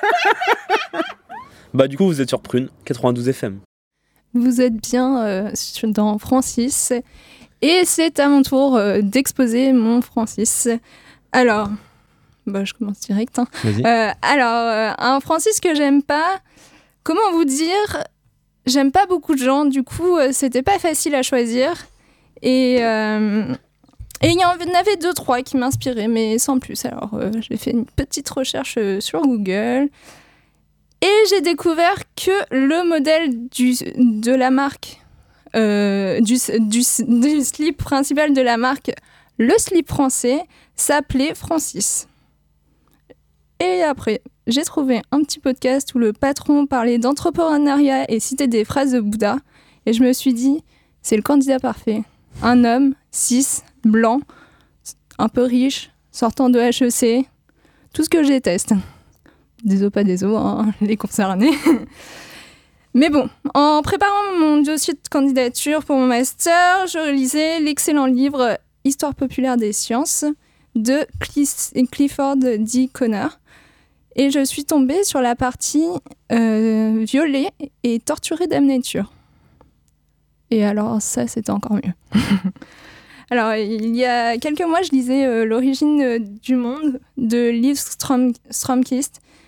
Bah du coup vous êtes sur Prune 92 FM. Vous êtes bien dans Francis et c'est à mon tour d'exposer mon Francis. Alors, je commence direct. Hein. Un Francis que j'aime pas, comment vous dire, j'aime pas beaucoup de gens, du coup c'était pas facile à choisir et il y en avait 2-3 qui m'inspiraient mais sans plus. Alors j'ai fait une petite recherche sur Google. Et j'ai découvert que le modèle de la marque, du slip principal de la marque, le slip français, s'appelait Francis. Et après, j'ai trouvé un petit podcast où le patron parlait d'entrepreneuriat et citait des phrases de Bouddha. Et je me suis dit, c'est le candidat parfait. Un homme, cis, blanc, un peu riche, sortant de HEC, tout ce que je déteste. Désolé, pas désolé, hein, les concernés. Mais bon, en préparant mon dossier de candidature pour mon master, je lisais l'excellent livre « Histoire populaire des sciences » de Clifford D. Connor. Et je suis tombée sur la partie violée et torturée d'âme nature. Et alors ça, c'était encore mieux. Alors, il y a quelques mois, je lisais L'origine du monde de Liv Stromkist.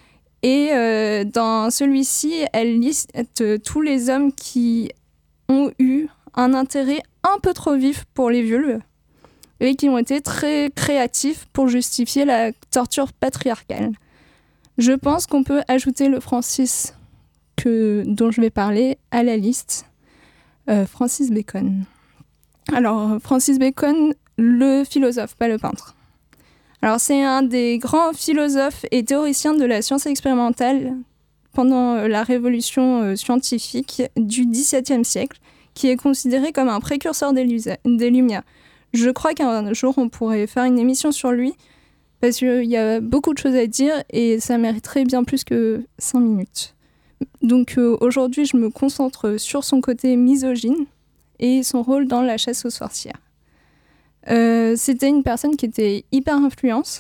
Et dans celui-ci, elle liste tous les hommes qui ont eu un intérêt un peu trop vif pour les vulves et qui ont été très créatifs pour justifier la torture patriarcale. Je pense qu'on peut ajouter le Francis dont je vais parler à la liste, Francis Bacon. Alors, Francis Bacon, le philosophe, pas le peintre. Alors, c'est un des grands philosophes et théoriciens de la science expérimentale pendant la révolution scientifique du XVIIe siècle, qui est considéré comme un précurseur des Lumières. Je crois qu'un jour, on pourrait faire une émission sur lui, parce qu'il y a beaucoup de choses à dire et ça mériterait bien plus que 5 minutes. Donc aujourd'hui, je me concentre sur son côté misogyne et son rôle dans la chasse aux sorcières. C'était une personne qui était hyper influente,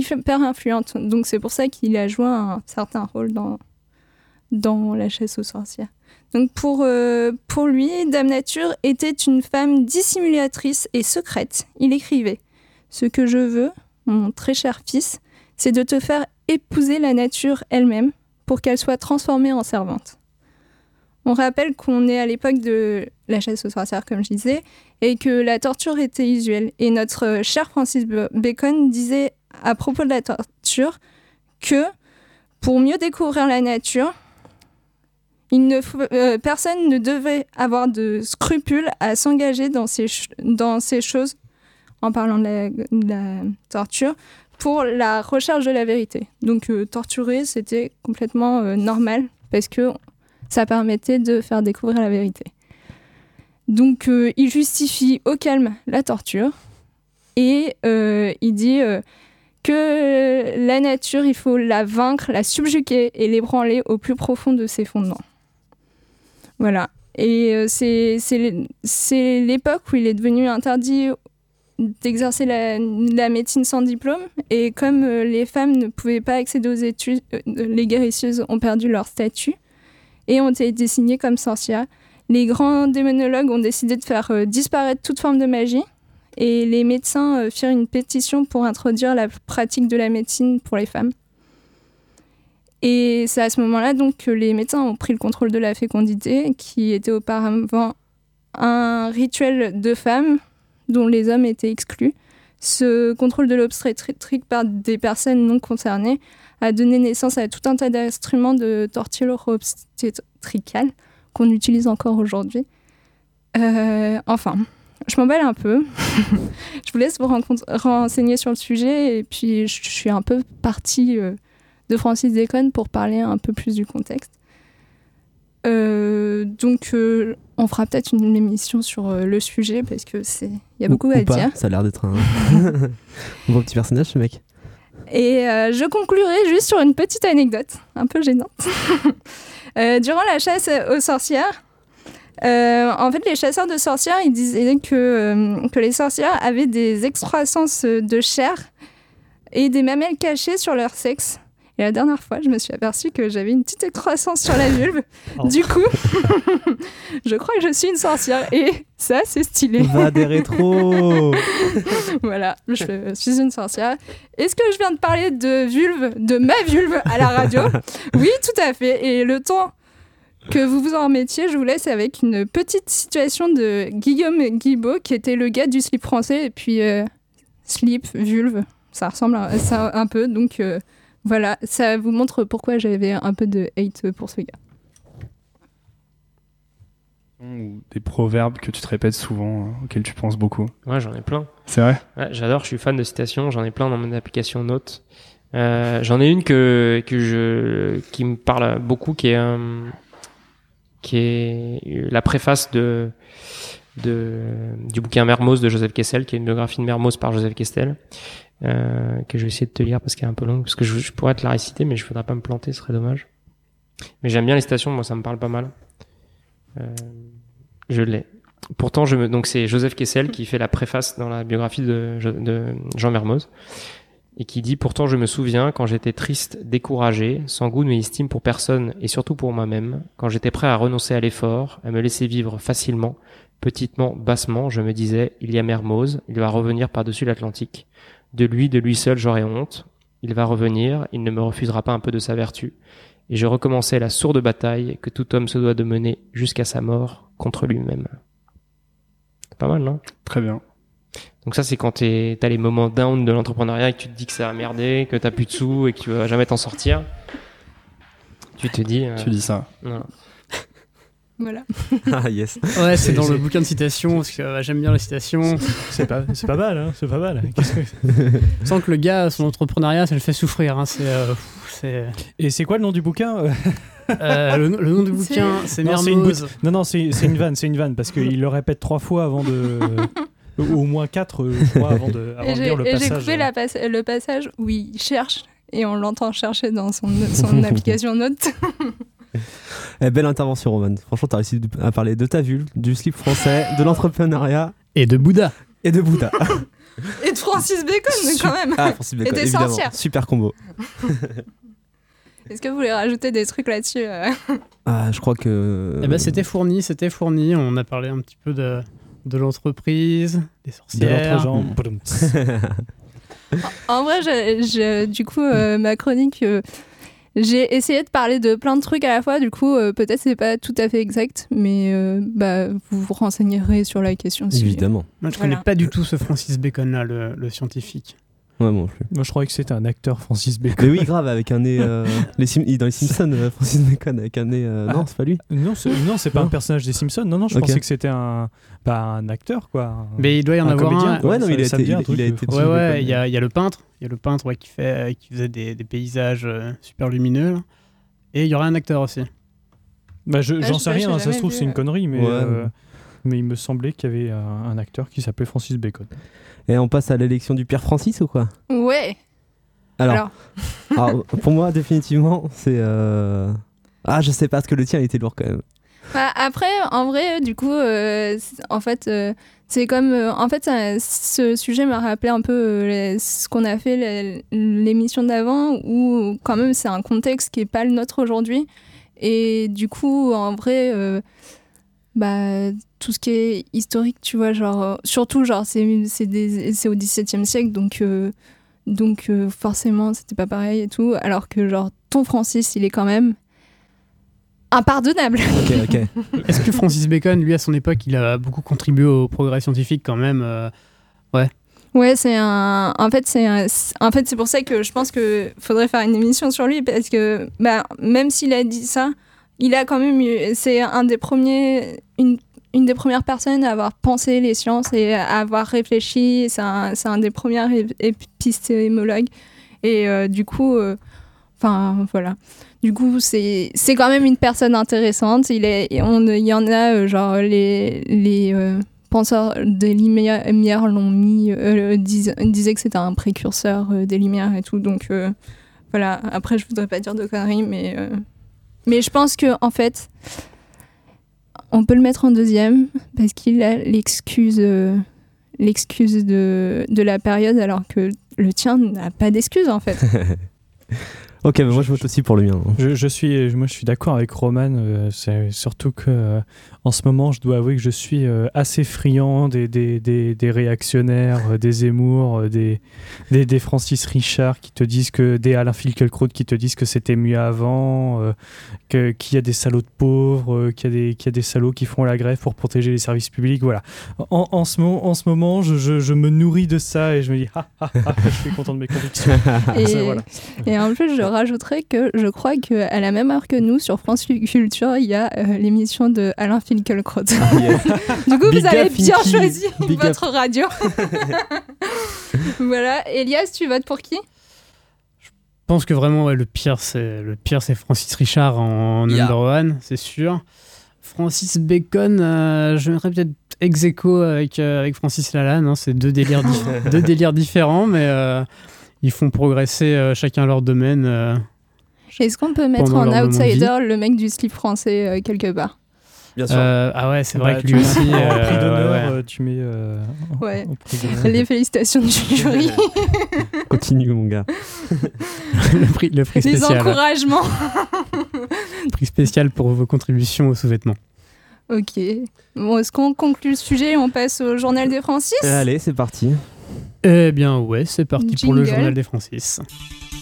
donc c'est pour ça qu'il a joué un certain rôle dans la chasse aux sorcières. Donc pour lui, Dame Nature était une femme dissimulatrice et secrète. Il écrivait « Ce que je veux, mon très cher fils, c'est de te faire épouser la nature elle-même pour qu'elle soit transformée en servante. » On rappelle qu'on est à l'époque de la chasse aux sorcières, comme je disais, et que la torture était usuelle. Et notre cher Francis Bacon disait à propos de la torture que pour mieux découvrir la nature, personne ne devait avoir de scrupules à s'engager dans ces choses, en parlant de la torture, pour la recherche de la vérité. Donc torturer, c'était complètement normal, parce que ça permettait de faire découvrir la vérité. Donc il justifie au calme la torture, et il dit que la nature, il faut la vaincre, la subjuguer et l'ébranler au plus profond de ses fondements. Voilà. Et c'est l'époque où il est devenu interdit d'exercer la médecine sans diplôme. Et comme les femmes ne pouvaient pas accéder aux études, les guérisseuses ont perdu leur statut et ont été désignées comme sorcières. Les grands démonologues ont décidé de faire disparaître toute forme de magie. Et les médecins firent une pétition pour introduire la pratique de la médecine pour les femmes. Et c'est à ce moment-là donc, que les médecins ont pris le contrôle de la fécondité, qui était auparavant un rituel de femmes dont les hommes étaient exclus. Ce contrôle de l'obstétrique par des personnes non concernées a donné naissance à tout un tas d'instruments de torture obstétricale qu'on utilise encore aujourd'hui. Enfin, je m'emballe un peu. Je vous laisse vous renseigner sur le sujet et puis je suis un peu partie de Francis Bacon pour parler un peu plus du contexte. Donc on fera peut-être une émission sur le sujet parce que y a beaucoup à dire. Ça a l'air d'être un bon petit personnage, ce mec. Et je conclurai juste sur une petite anecdote un peu gênante. Durant la chasse aux sorcières, en fait, les chasseurs de sorcières, ils disaient que les sorcières avaient des excroissances de chair et des mamelles cachées sur leur sexe. Et la dernière fois, je me suis aperçue que j'avais une petite excroissance sur la vulve. Oh. Du coup, je crois que je suis une sorcière. Et ça, c'est stylé. Va des rétros. Voilà, je suis une sorcière. Est-ce que je viens de parler de ma vulve à la radio? Oui, tout à fait. Et le temps que vous vous en remettiez, je vous laisse avec une petite situation de Guillaume Guibaud, qui était le gars du slip français. Et puis, slip, vulve, ça ressemble à ça un peu. Donc... voilà, ça vous montre pourquoi j'avais un peu de hate pour ce gars. Ou des proverbes que tu te répètes souvent, auxquels tu penses beaucoup. Ouais, j'en ai plein. C'est vrai ? Ouais, j'adore, je suis fan de citations, j'en ai plein dans mon application Notes. J'en ai une qui me parle beaucoup, qui est la préface du bouquin Mermoz de Joseph Kessel, qui est une biographie de Mermoz par Joseph Kessel. Que je vais essayer de te lire parce qu'elle est un peu longue, parce que je pourrais te la réciter mais je voudrais pas me planter, ce serait dommage. Mais j'aime bien les citations, moi ça me parle pas mal. Je l'ai. Pourtant donc c'est Joseph Kessel qui fait la préface dans la biographie de Jean Mermoz et qui dit: pourtant je me souviens quand j'étais triste, découragé, sans goût ni estime pour personne et surtout pour moi-même, quand j'étais prêt à renoncer à l'effort, à me laisser vivre facilement, petitement, bassement, je me disais: il y a Mermoz, il va revenir par-dessus l'Atlantique. De lui seul, j'aurais honte. Il va revenir, il ne me refusera pas un peu de sa vertu. Et je recommençais la sourde bataille que tout homme se doit de mener jusqu'à sa mort contre lui-même. C'est pas mal, non ? Très bien. Donc ça, c'est quand t'as les moments down de l'entrepreneuriat et que tu te dis que ça va merder, que t'as plus de sous et que tu vas jamais t'en sortir. Tu te dis... Tu dis ça. Voilà. Ah yes. Ouais, c'est dans le bouquin de citations, parce que j'aime bien les citations. C'est pas mal, hein, c'est pas mal. Sans que le gars, son entrepreneuriat, ça le fait souffrir. Hein, Et c'est quoi le nom du bouquin le nom du bouquin, c'est Mermoz. Non, c'est une vanne, parce qu'il le répète 3 fois avant de... au moins 4, je crois, avant de lire le passage. Et j'ai coupé le passage où il cherche, et on l'entend chercher dans son application Notes. Belle intervention, Roman. Franchement, t'as réussi à parler de ta vulve, du slip français, de l'entrepreneuriat. Et de Bouddha. Et de Bouddha. Et de Francis Bacon, quand même. Ah, Francis Bacon, et des évidemment. sorcières. Super combo. Est-ce que vous voulez rajouter des trucs là-dessus Ah, je crois que... c'était fourni. On a parlé un petit peu de l'entreprise, des sorcières. De l'entre-gens. En vrai, du coup, ma chronique... j'ai essayé de parler de plein de trucs à la fois, du coup, peut-être c'est pas tout à fait exact, mais vous vous renseignerez sur la question. Évidemment. Moi, je connais pas du tout ce Francis Bacon-là, le scientifique. Ouais, moi non plus. Moi, je croyais que c'était un acteur, Francis Bacon. Mais oui, grave, avec un nez... dans les Simpsons, Francis Bacon, avec un nez... Non, c'est pas lui. Non, c'est pas un personnage des Simpsons. Non, je pensais que c'était un acteur, quoi. Mais il doit y en avoir comédien, un. quoi. Ouais, non, il a été Ouais, il y a le peintre. Il y a le peintre qui faisait des paysages super lumineux. Là. Et il y aurait un acteur aussi. J'en sais rien, ça se trouve, vu, c'est une connerie, mais... Ouais. Mais il me semblait qu'il y avait un acteur qui s'appelait Francis Bacon. Et on passe à l'élection du Pierre Francis ou quoi ? Ouais. Alors, pour moi, définitivement, c'est... Ah, je sais pas, parce que le tien, il était lourd quand même. Après, en vrai, du coup, en fait, c'est comme... en fait, ce sujet m'a rappelé un peu ce qu'on a fait l'émission d'avant, où quand même, c'est un contexte qui n'est pas le nôtre aujourd'hui. Et du coup, en vrai... tout ce qui est historique, tu vois, genre, surtout, genre, c'est au XVIIe siècle, donc forcément, c'était pas pareil et tout, alors que, genre, ton Francis, il est quand même impardonnable. Ok. Est-ce que Francis Bacon, lui, à son époque, il a beaucoup contribué au progrès scientifique quand même Ouais. Ouais, en fait, c'est pour ça que je pense qu'il faudrait faire une émission sur lui, parce que, même s'il a dit ça, il a quand même c'est une des premières personnes à avoir pensé les sciences et à avoir réfléchi. C'est un des premiers épistémologues. Et du coup, voilà. Du coup, c'est quand même une personne intéressante. Il y en a, genre, les penseurs des Lumières l'ont mis, disaient que c'était un précurseur des Lumières et tout. Donc, voilà. Après, je voudrais pas dire de conneries, mais je pense que en fait, on peut le mettre en deuxième parce qu'il a l'excuse de la période, alors que le tien n'a pas d'excuse en fait. Ok, mais moi je vote aussi pour le mien. Je suis d'accord avec Roman. C'est surtout que en ce moment, je dois avouer que je suis assez friand des réactionnaires, des Zemmour, des Francis Richard qui te disent des Alain Finkielkraut qui te disent que c'était mieux avant, qu'il y a des salauds de pauvres, qu'il y a des salauds qui font la grève pour protéger les services publics. Voilà. En ce moment, je me nourris de ça et je me dis je suis content de mes convictions. Et en plus, je rajouterais que je crois qu'à la même heure que nous, sur France Culture, il y a l'émission de Alain Finkielkraut. Du coup, vous avez bien choisi votre radio. Voilà. Elias, tu votes pour qui ? Je pense que vraiment, le pire, c'est Francis Richard en number one, c'est sûr. Francis Bacon, je mettrais peut-être ex aequo avec Francis Lalanne. Hein, c'est deux délires différents, mais ils font progresser chacun leur domaine. Est-ce qu'on peut mettre en outsider le mec du slip français quelque part ? Bien sûr. Ah ouais, c'est vrai que lui aussi. En prix d'honneur, tu mets. Ouais. Les félicitations du jury. Continue, mon gars. le prix spécial. Les encouragements. Prix spécial pour vos contributions aux sous-vêtements. Ok. Bon, est-ce qu'on conclut le sujet et on passe au journal des Francis ? Allez, c'est parti. Eh bien, ouais, c'est parti pour le Jingle. journal des Francis.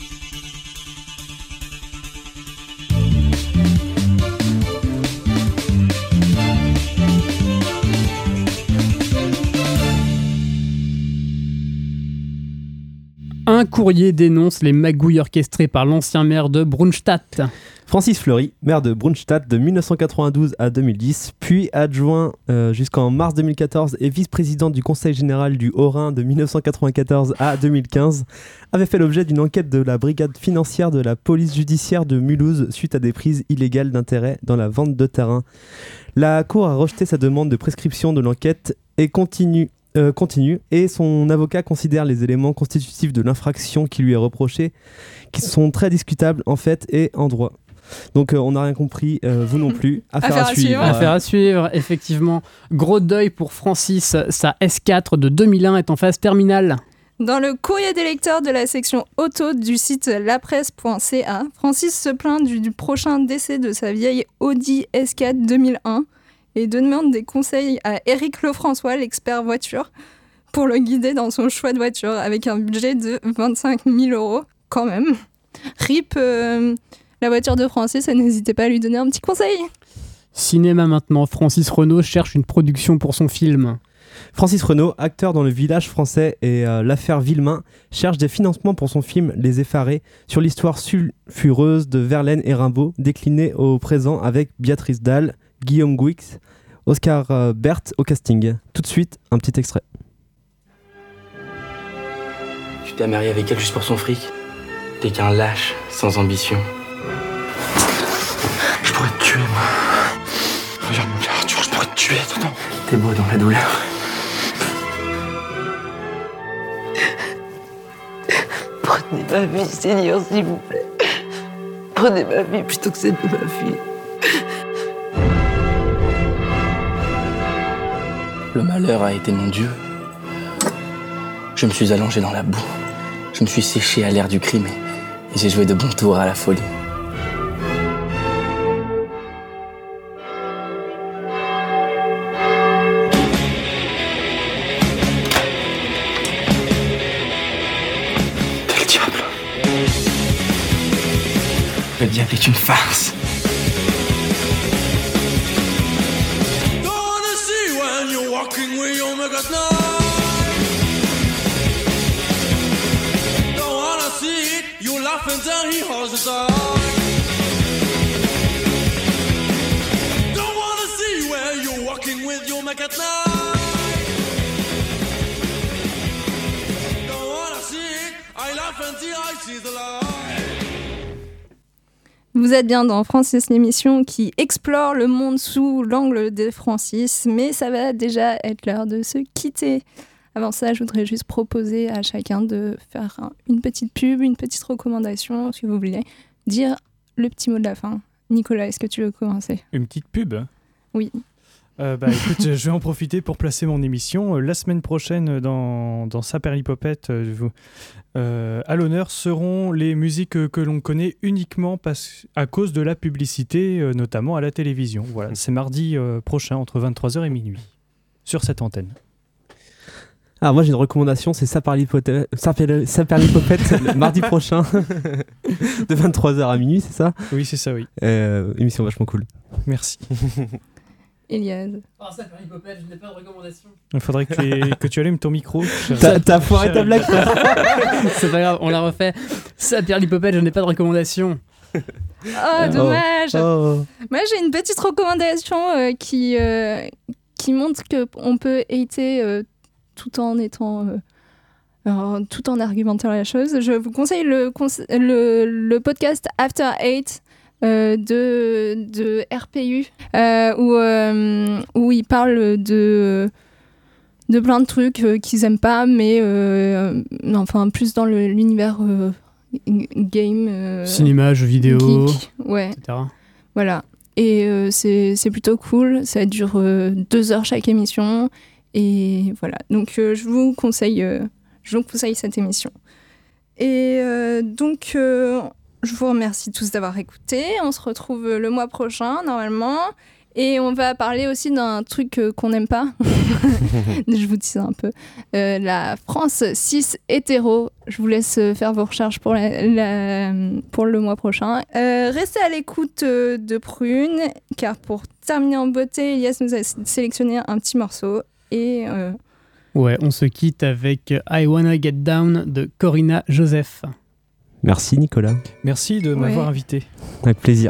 Un courrier dénonce les magouilles orchestrées par l'ancien maire de Brunstatt. Francis Fleury, maire de Brunstatt de 1992 à 2010, puis adjoint jusqu'en mars 2014 et vice-président du Conseil général du Haut-Rhin de 1994 à 2015, avait fait l'objet d'une enquête de la brigade financière de la police judiciaire de Mulhouse suite à des prises illégales d'intérêt dans la vente de terrain. La Cour a rejeté sa demande de prescription de l'enquête et continue et son avocat considère les éléments constitutifs de l'infraction qui lui est reprochée qui sont très discutables en fait et en droit. Donc on n'a rien compris, vous non plus. Affaire à suivre. Affaire à suivre, effectivement. Gros deuil pour Francis, sa S4 de 2001 est en phase terminale. Dans le courrier des lecteurs de la section auto du site lapresse.ca, Francis se plaint du prochain décès de sa vieille Audi S4 2001 et demande des conseils à Éric Lefrançois, l'expert voiture, pour le guider dans son choix de voiture avec un budget de 25 000 € quand même. RIP la voiture de Francis, n'hésitez pas à lui donner un petit conseil. Cinéma maintenant, Francis Renaud cherche une production pour son film. Francis Renaud, acteur dans Le Village français et L'affaire Villemain, cherche des financements pour son film Les Effarés sur l'histoire sulfureuse de Verlaine et Rimbaud, déclinée au présent avec Béatrice Dalle, Guillaume Gouix, Oscar Berthe au casting. Tout de suite, un petit extrait. Tu t'es marié avec elle juste pour son fric. T'es qu'un lâche, sans ambition. Je pourrais te tuer, moi. Regarde mon gars, Arthur, je pourrais te tuer, attends. T'es beau dans la douleur. Prenez ma vie, Seigneur, s'il vous plaît. Prenez ma vie plutôt que celle de ma fille. Le malheur a été mon Dieu. Je me suis allongé dans la boue. Je me suis séché à l'air du crime et j'ai joué de bons tours à la folie. T'es le diable. Le diable est une farce. Until he holds the door. Don't wanna see where you're walking with your Mac at night. Don't wanna see it. I laugh until I see the light. Vous êtes bien dans Francis, l'émission qui explore le monde sous l'angle de Francis, mais ça va déjà être l'heure de se quitter. Avant ça, je voudrais juste proposer à chacun de faire une petite pub, une petite recommandation, si vous voulez. Dire le petit mot de la fin. Nicolas, est-ce que tu veux commencer ? Une petite pub ? Oui. Écoute, je vais en profiter pour placer mon émission. La semaine prochaine, dans Saperlipopette, à l'honneur seront les musiques que l'on connaît uniquement à cause de la publicité, notamment à la télévision. Voilà, c'est mardi prochain, entre 23h et minuit, sur cette antenne. Alors moi j'ai une recommandation, c'est Saperlipopette mardi prochain de 23h à minuit, c'est ça ? Oui, c'est ça, oui. Émission vachement cool. Merci. Elias. Saperlipopette, je n'ai pas de recommandation. Il faudrait que tu allumes ton micro. T'as foiré ta blague. C'est pas grave, on la refait. Saperlipopette, je n'ai pas de recommandation. Oh, dommage. Moi j'ai une petite recommandation qui montre qu'on peut hater tout en étant tout en argumentant la chose. Je vous conseille le podcast After 8 de RPU où ils parlent de plein de trucs qu'ils aiment pas, mais enfin plus dans l'univers game, cinéma, jeux vidéo, geek, ouais, etc. Voilà. Et c'est plutôt cool. Ça dure 2 heures chaque émission. Et voilà, donc je vous conseille cette émission. Et donc, je vous remercie tous d'avoir écouté. On se retrouve le mois prochain, normalement. Et on va parler aussi d'un truc qu'on n'aime pas. Je vous dis un peu. La France 6 hétéro. Je vous laisse faire vos recherches pour le mois prochain. Restez à l'écoute de Prune, car pour terminer en beauté, Elias nous a sélectionné un petit morceau. Et Ouais, on se quitte avec I Wanna Get Down de Corinna Joseph. Merci Nicolas. Merci de m'avoir invité. Avec plaisir.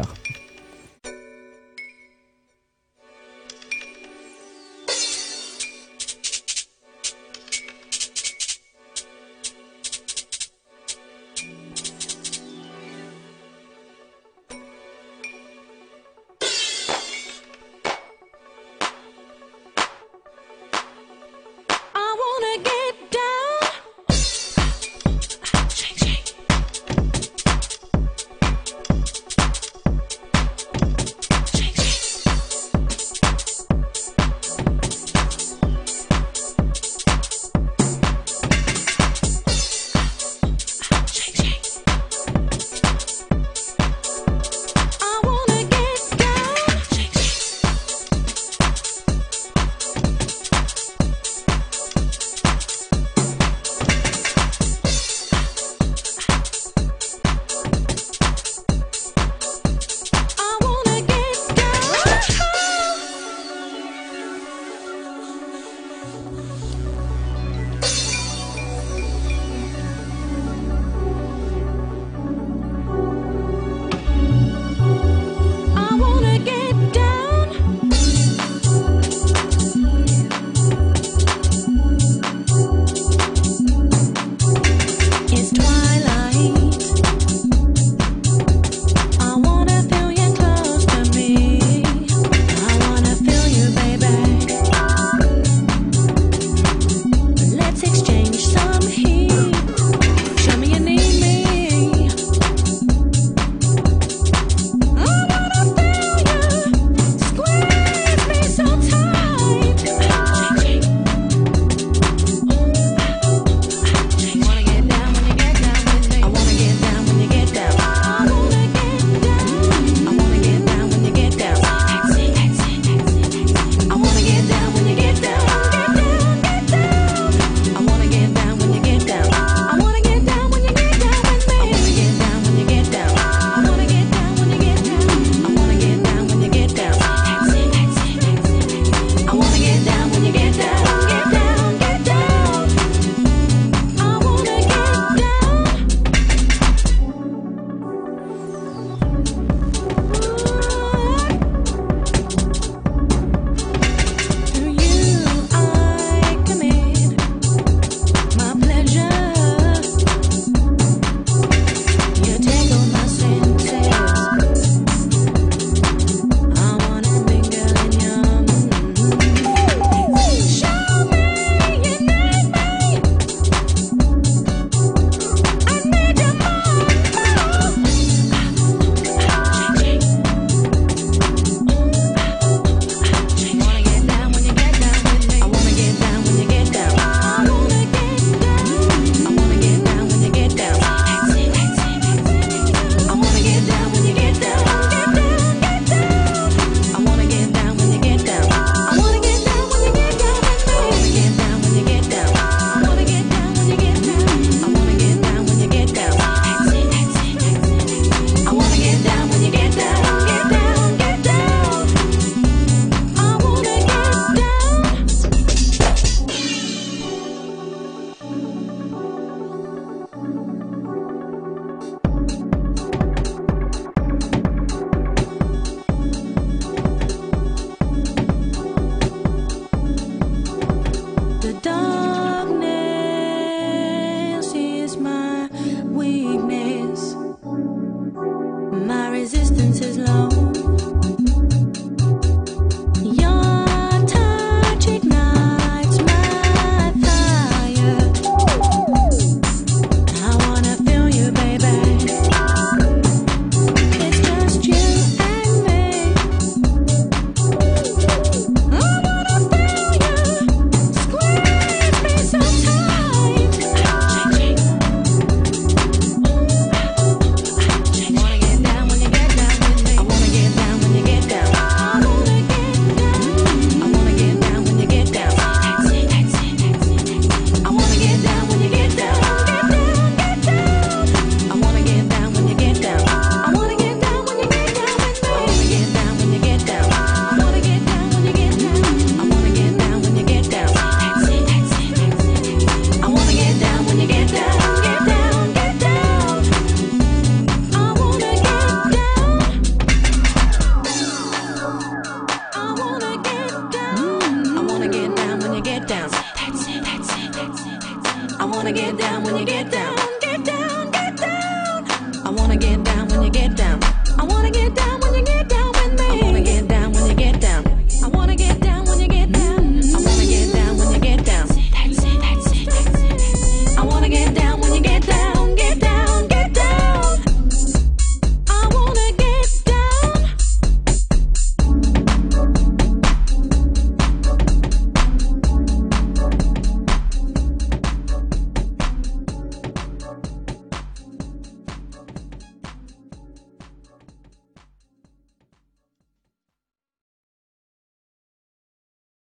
I wanna get down when you get down. Get down, get down. I wanna get down when you get down. I wanna get down when